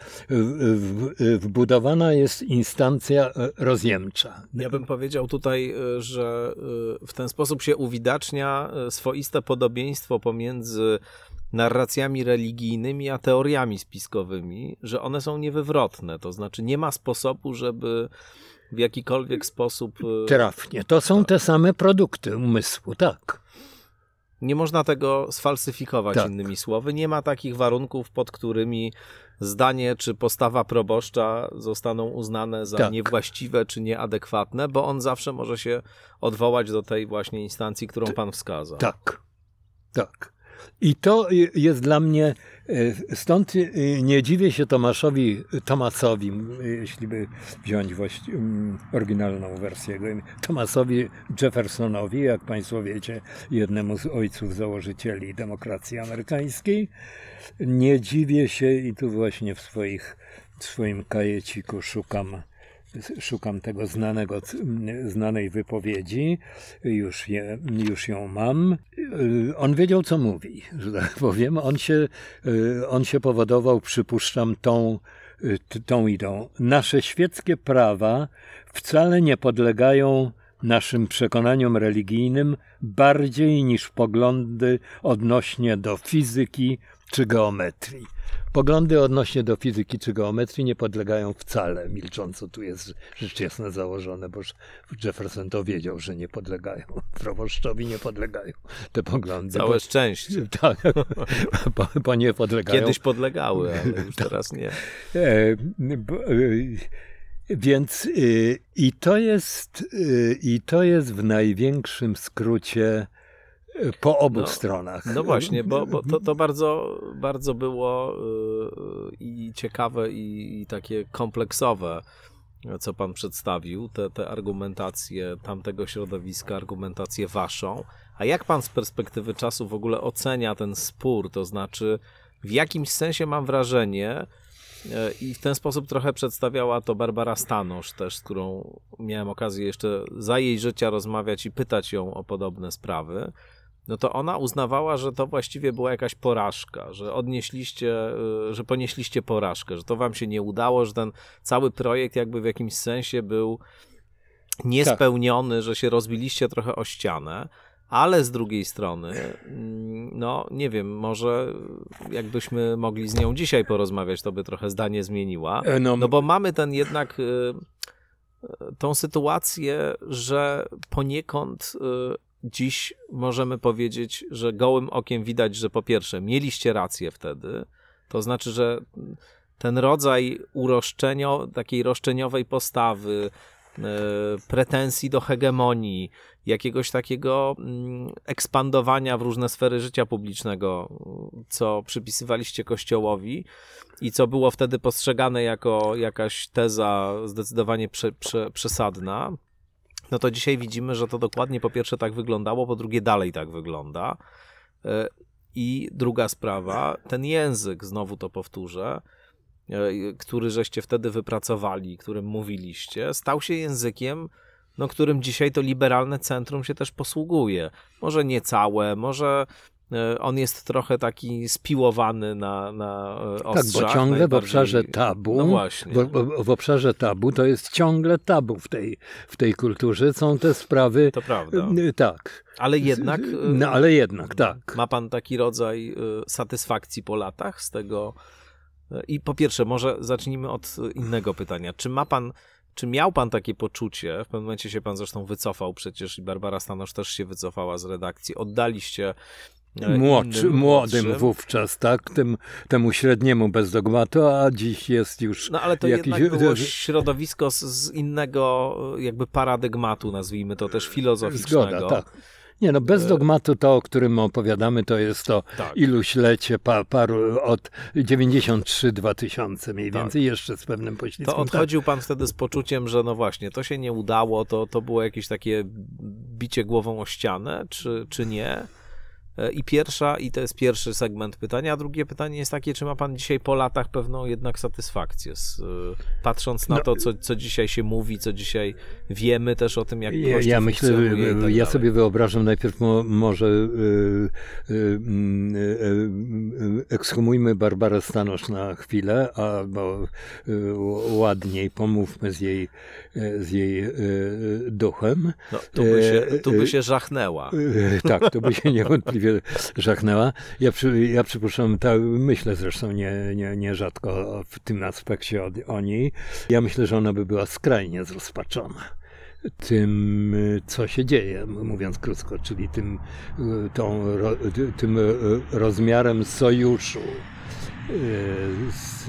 w, wbudowana jest instancja rozjemcza. Ja bym powiedział tutaj, że w ten sposób się uwidacznia swoiste podobieństwo pomiędzy narracjami religijnymi a teoriami spiskowymi, że one są niewywrotne. To znaczy nie ma sposobu, żeby w jakikolwiek sposób... Trafnie. To są te same produkty umysłu, tak. Nie można tego sfalsyfikować, tak. Innymi słowy. Nie ma takich warunków, pod którymi zdanie czy postawa proboszcza zostaną uznane za tak. niewłaściwe czy nieadekwatne, bo on zawsze może się odwołać do tej właśnie instancji, którą T- pan wskazał. Tak, tak. I to jest dla mnie, stąd nie dziwię się Tomaszowi, Tomasowi, jeśli by wziąć właści- oryginalną wersję jego imienia, Thomasowi Jeffersonowi, jak państwo wiecie, jednemu z ojców założycieli demokracji amerykańskiej. Nie dziwię się i tu właśnie w, swoich, w swoim kajeciku szukam Szukam tego znanego, znanej wypowiedzi, już, je, już ją mam. On wiedział, co mówi, że tak powiem. On się, on się powodował, przypuszczam, tą, tą idą. Nasze świeckie prawa wcale nie podlegają naszym przekonaniom religijnym bardziej niż poglądy odnośnie do fizyki czy geometrii. Poglądy odnośnie do fizyki czy geometrii nie podlegają wcale. Milcząco tu jest rzecz jasna założone, bo Jefferson to wiedział, że nie podlegają. Proboszczowi nie podlegają te poglądy. Całe bo, szczęście. Tak, bo, bo nie podlegają. Kiedyś podlegały, ale już teraz nie. E, bo, e, więc y, i to jest y, i to jest w największym skrócie po obu no, stronach. No właśnie, bo, bo to, to bardzo, bardzo było yy, i ciekawe, i, i takie kompleksowe, co pan przedstawił, te, te argumentacje tamtego środowiska, argumentację waszą. A jak pan z perspektywy czasu w ogóle ocenia ten spór? To znaczy, w jakimś sensie mam wrażenie, yy, i w ten sposób trochę przedstawiała to Barbara Stanosz też, z którą miałem okazję jeszcze za jej życia rozmawiać i pytać ją o podobne sprawy, no to ona uznawała, że to właściwie była jakaś porażka, że odnieśliście, że ponieśliście porażkę, że to wam się nie udało, że ten cały projekt jakby w jakimś sensie był niespełniony, tak. Że się rozbiliście trochę o ścianę, ale z drugiej strony, no nie wiem, może jakbyśmy mogli z nią dzisiaj porozmawiać, to by trochę zdanie zmieniła, no, no bo mamy ten jednak tą sytuację, że poniekąd dziś możemy powiedzieć, że gołym okiem widać, że po pierwsze mieliście rację wtedy, to znaczy, że ten rodzaj uroszczenio, takiej roszczeniowej postawy, pretensji do hegemonii, jakiegoś takiego ekspandowania w różne sfery życia publicznego, co przypisywaliście Kościołowi i co było wtedy postrzegane jako jakaś teza zdecydowanie prze, prze, przesadna, no to dzisiaj widzimy, że to dokładnie po pierwsze tak wyglądało, po drugie dalej tak wygląda. I druga sprawa, ten język, znowu to powtórzę, który żeście wtedy wypracowali, którym mówiliście, stał się językiem, no, którym dzisiaj to liberalne centrum się też posługuje. Może nie całe, może on jest trochę taki spiłowany na, na ostrzach. Tak, bo ciągle w obszarze tabu, no właśnie. W, w, w obszarze tabu to jest ciągle tabu w tej, w tej kulturze. Są te sprawy... To prawda. Tak. Ale jednak... No, ale jednak, tak. Ma pan taki rodzaj satysfakcji po latach z tego... I po pierwsze, może zacznijmy od innego pytania. Czy ma pan czy miał pan takie poczucie, w pewnym momencie się pan zresztą wycofał przecież i Barbara Stanosz też się wycofała z redakcji, oddaliście Młodszy, innym, młodym młodszym. wówczas, tak? Tym, temu średniemu bez dogmatu, a dziś jest już No ale to jakiś... jednak było środowisko z, z innego jakby paradygmatu, nazwijmy to też filozoficznego. Zgoda, tak. Nie no, bez dogmatu to, o którym opowiadamy, to jest to tak. iluś lecie, pa, paru, od dziewięćdziesiąt trzy dwa tysiące mniej Tak. więcej, jeszcze z pewnym poślizgiem. To odchodził pan wtedy z poczuciem, że no właśnie, to się nie udało, to, to było jakieś takie bicie głową o ścianę, czy, czy nie? I pierwsza, i to jest pierwszy segment pytania, a drugie pytanie jest takie, czy ma pan dzisiaj po latach pewną jednak satysfakcję, z, patrząc na no, to, co, co dzisiaj się mówi, co dzisiaj wiemy też o tym, jak Ja, Kościół ja myślę, funkcjonuje i tak ja dalej. sobie wyobrażam najpierw mo, może y, y, y, y, ekshumujmy Barbarę Stanosz na chwilę, albo y, ładniej pomówmy z jej, z jej y, duchem. No, tu by się, tu by się żachnęła. Y, tak, to by się niewątpliwie żachnęła. Ja, przy, ja przypuszczam, ta, myślę zresztą nie, nie, nie rzadko w tym aspekcie o, o niej. Ja myślę, że ona by była skrajnie zrozpaczona tym, co się dzieje, mówiąc krótko, czyli tym, tą, tym rozmiarem sojuszu z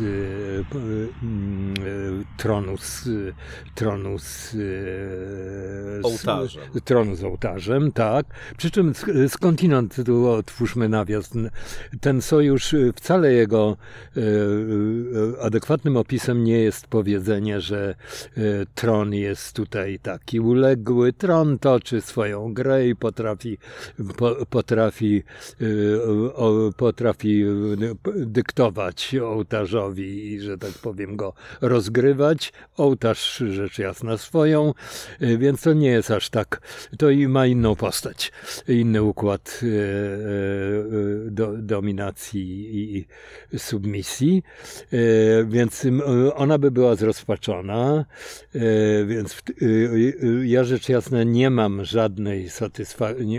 tronu z, tronu z, z ołtarzem. Tronu z ołtarzem, tak. Przy czym skądinąd, tu otwórzmy nawias, ten sojusz, wcale jego adekwatnym opisem nie jest powiedzenie, że tron jest tutaj taki uległy. Tron toczy swoją grę i potrafi, po, potrafi, potrafi dyktować ołtarzowi i, że tak powiem, go rozgrywać. Ołtarz rzecz jasna swoją, więc to nie jest aż tak, to i ma inną postać, inny układ do, dominacji i submisji, więc ona by była zrozpaczona, więc ja rzecz jasna nie mam żadnej satysfakcji,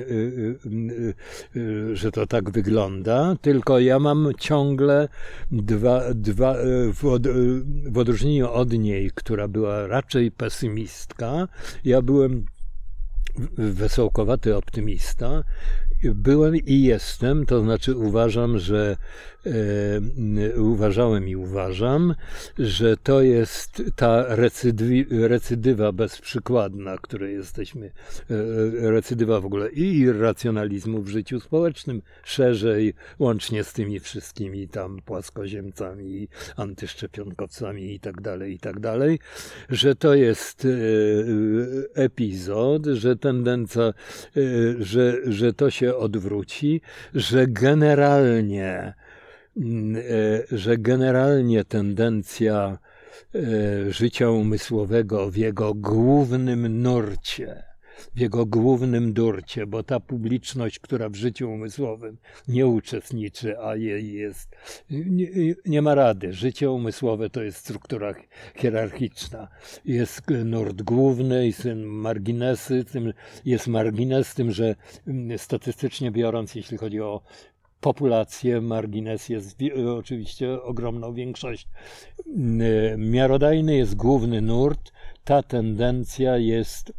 że to tak wygląda, tylko ja mam ciągle Dwa, dwa, w, od, w odróżnieniu od niej, która była raczej pesymistka, ja byłem wesołkowaty optymista. Byłem i jestem, to znaczy uważam, że e, uważałem i uważam, że to jest ta recydywi, recydywa bezprzykładna, której jesteśmy, e, recydywa w ogóle i irracjonalizmu w życiu społecznym, szerzej, łącznie z tymi wszystkimi tam płaskoziemcami, antyszczepionkowcami i tak dalej, i tak dalej, że to jest e, epizod, że tendencja, e, że, że to się odwróci, że generalnie, że generalnie tendencja życia umysłowego w jego głównym nurcie, w jego głównym nurcie, bo ta publiczność, która w życiu umysłowym nie uczestniczy, a jej jest, nie, nie ma rady. Życie umysłowe to jest struktura hierarchiczna. Jest nurt główny i są marginesy, tym jest margines, tym, że statystycznie biorąc, jeśli chodzi o populację, margines jest oczywiście ogromną większość. Miarodajny jest główny nurt, ta tendencja jest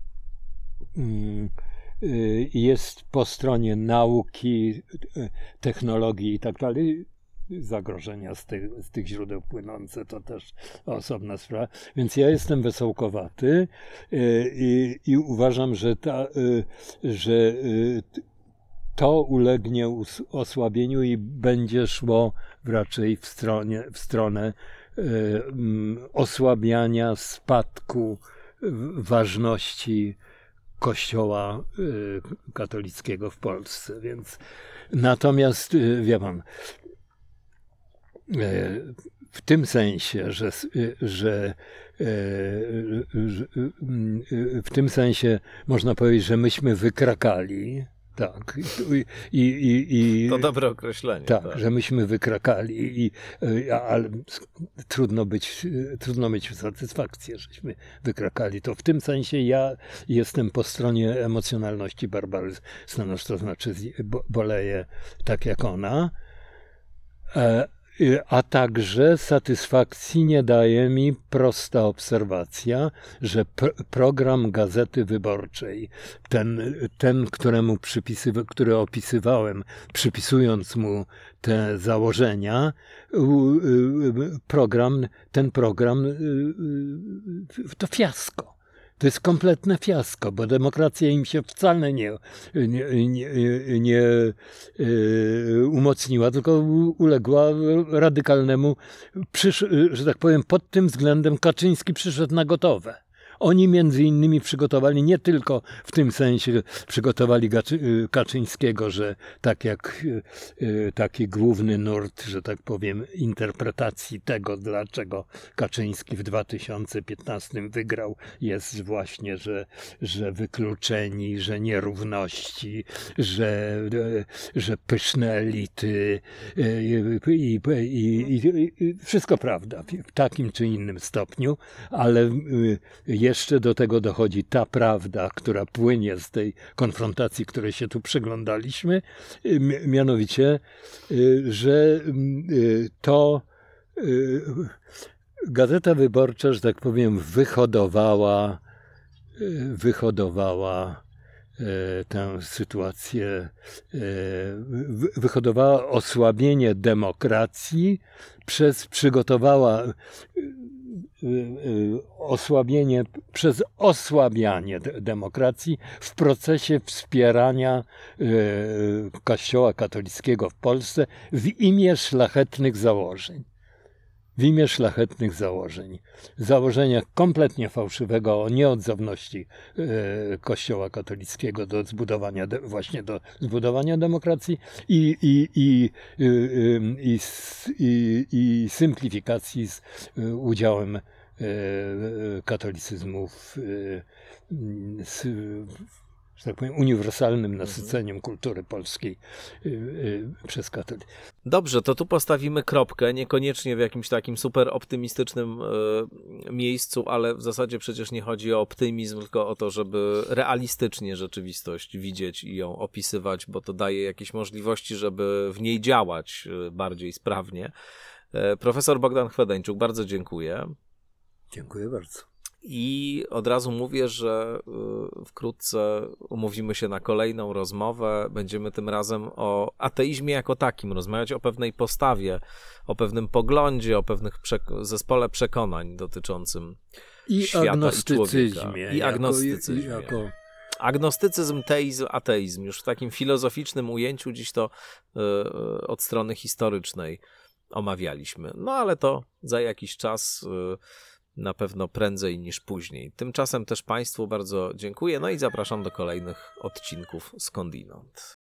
jest po stronie nauki, technologii i tak dalej. Zagrożenia z tych, z tych źródeł płynące to też osobna sprawa. Więc ja jestem wesołkowaty i, i uważam, że, ta, że to ulegnie osłabieniu i będzie szło raczej w, stronie, w stronę osłabiania, spadku ważności Kościoła katolickiego w Polsce. Więc natomiast, wie pan, w tym sensie, że, że, że w tym sensie można powiedzieć, że myśmy wykrakali. Tak. I, i, i, to dobre określenie. Tak, tak, że myśmy wykrakali, i, ale trudno być, trudno mieć satysfakcję, żeśmy wykrakali. To w tym sensie ja jestem po stronie emocjonalności Barbary Stanosz, to znaczy boleję tak jak ona. A także satysfakcji nie daje mi prosta obserwacja, że pr- program Gazety Wyborczej, ten, ten któremu przypisywa- który opisywałem, przypisując mu te założenia, program, ten program to fiasko. To jest kompletne fiasko, bo demokracja im się wcale nie, nie, nie, nie umocniła, tylko uległa radykalnemu, przysz, że tak powiem, pod tym względem Kaczyński przyszedł na gotowe. Oni między innymi przygotowali, nie tylko w tym sensie przygotowali Gaczy, Kaczyńskiego, że tak jak taki główny nurt, że tak powiem, interpretacji tego, dlaczego Kaczyński w dwa tysiące piętnastym wygrał, jest właśnie, że, że wykluczeni, że nierówności, że, że pyszne elity i, i, i, i wszystko prawda w takim czy innym stopniu, ale jeszcze do tego dochodzi ta prawda, która płynie z tej konfrontacji, której się tu przyglądaliśmy, mianowicie, że to Gazeta Wyborcza, że tak powiem, wyhodowała, wyhodowała tę sytuację, wyhodowała osłabienie demokracji, przez przygotowała osłabienie, przez osłabianie demokracji w procesie wspierania Kościoła katolickiego w Polsce w imię szlachetnych założeń. W imię szlachetnych założeń. Założenia kompletnie fałszywego o nieodzowności Kościoła katolickiego do zbudowania, właśnie do zbudowania demokracji i, i, i, i, i, i symplifikacji z udziałem katolicyzmu w, z, że tak powiem, uniwersalnym nasyceniem kultury polskiej przez katolików. Dobrze, to tu postawimy kropkę, niekoniecznie w jakimś takim super optymistycznym y, miejscu, ale w zasadzie przecież nie chodzi o optymizm, tylko o to, żeby realistycznie rzeczywistość widzieć i ją opisywać, bo to daje jakieś możliwości, żeby w niej działać y, bardziej sprawnie. Y, profesor Bogdan Chwedeńczuk, bardzo dziękuję. Dziękuję bardzo. I od razu mówię, że wkrótce umówimy się na kolejną rozmowę. Będziemy tym razem o ateizmie jako takim rozmawiać, o pewnej postawie, o pewnym poglądzie, o pewnych przek- zespole przekonań dotyczącym I świata agnostycyzmie, i człowieka. I jako, agnostycyzmie. Jako... Agnostycyzm, teizm, ateizm. Już w takim filozoficznym ujęciu dziś to yy, od strony historycznej omawialiśmy. No ale to za jakiś czas... Yy, na pewno prędzej niż później. Tymczasem też Państwu bardzo dziękuję, no i zapraszam do kolejnych odcinków Skądinąd.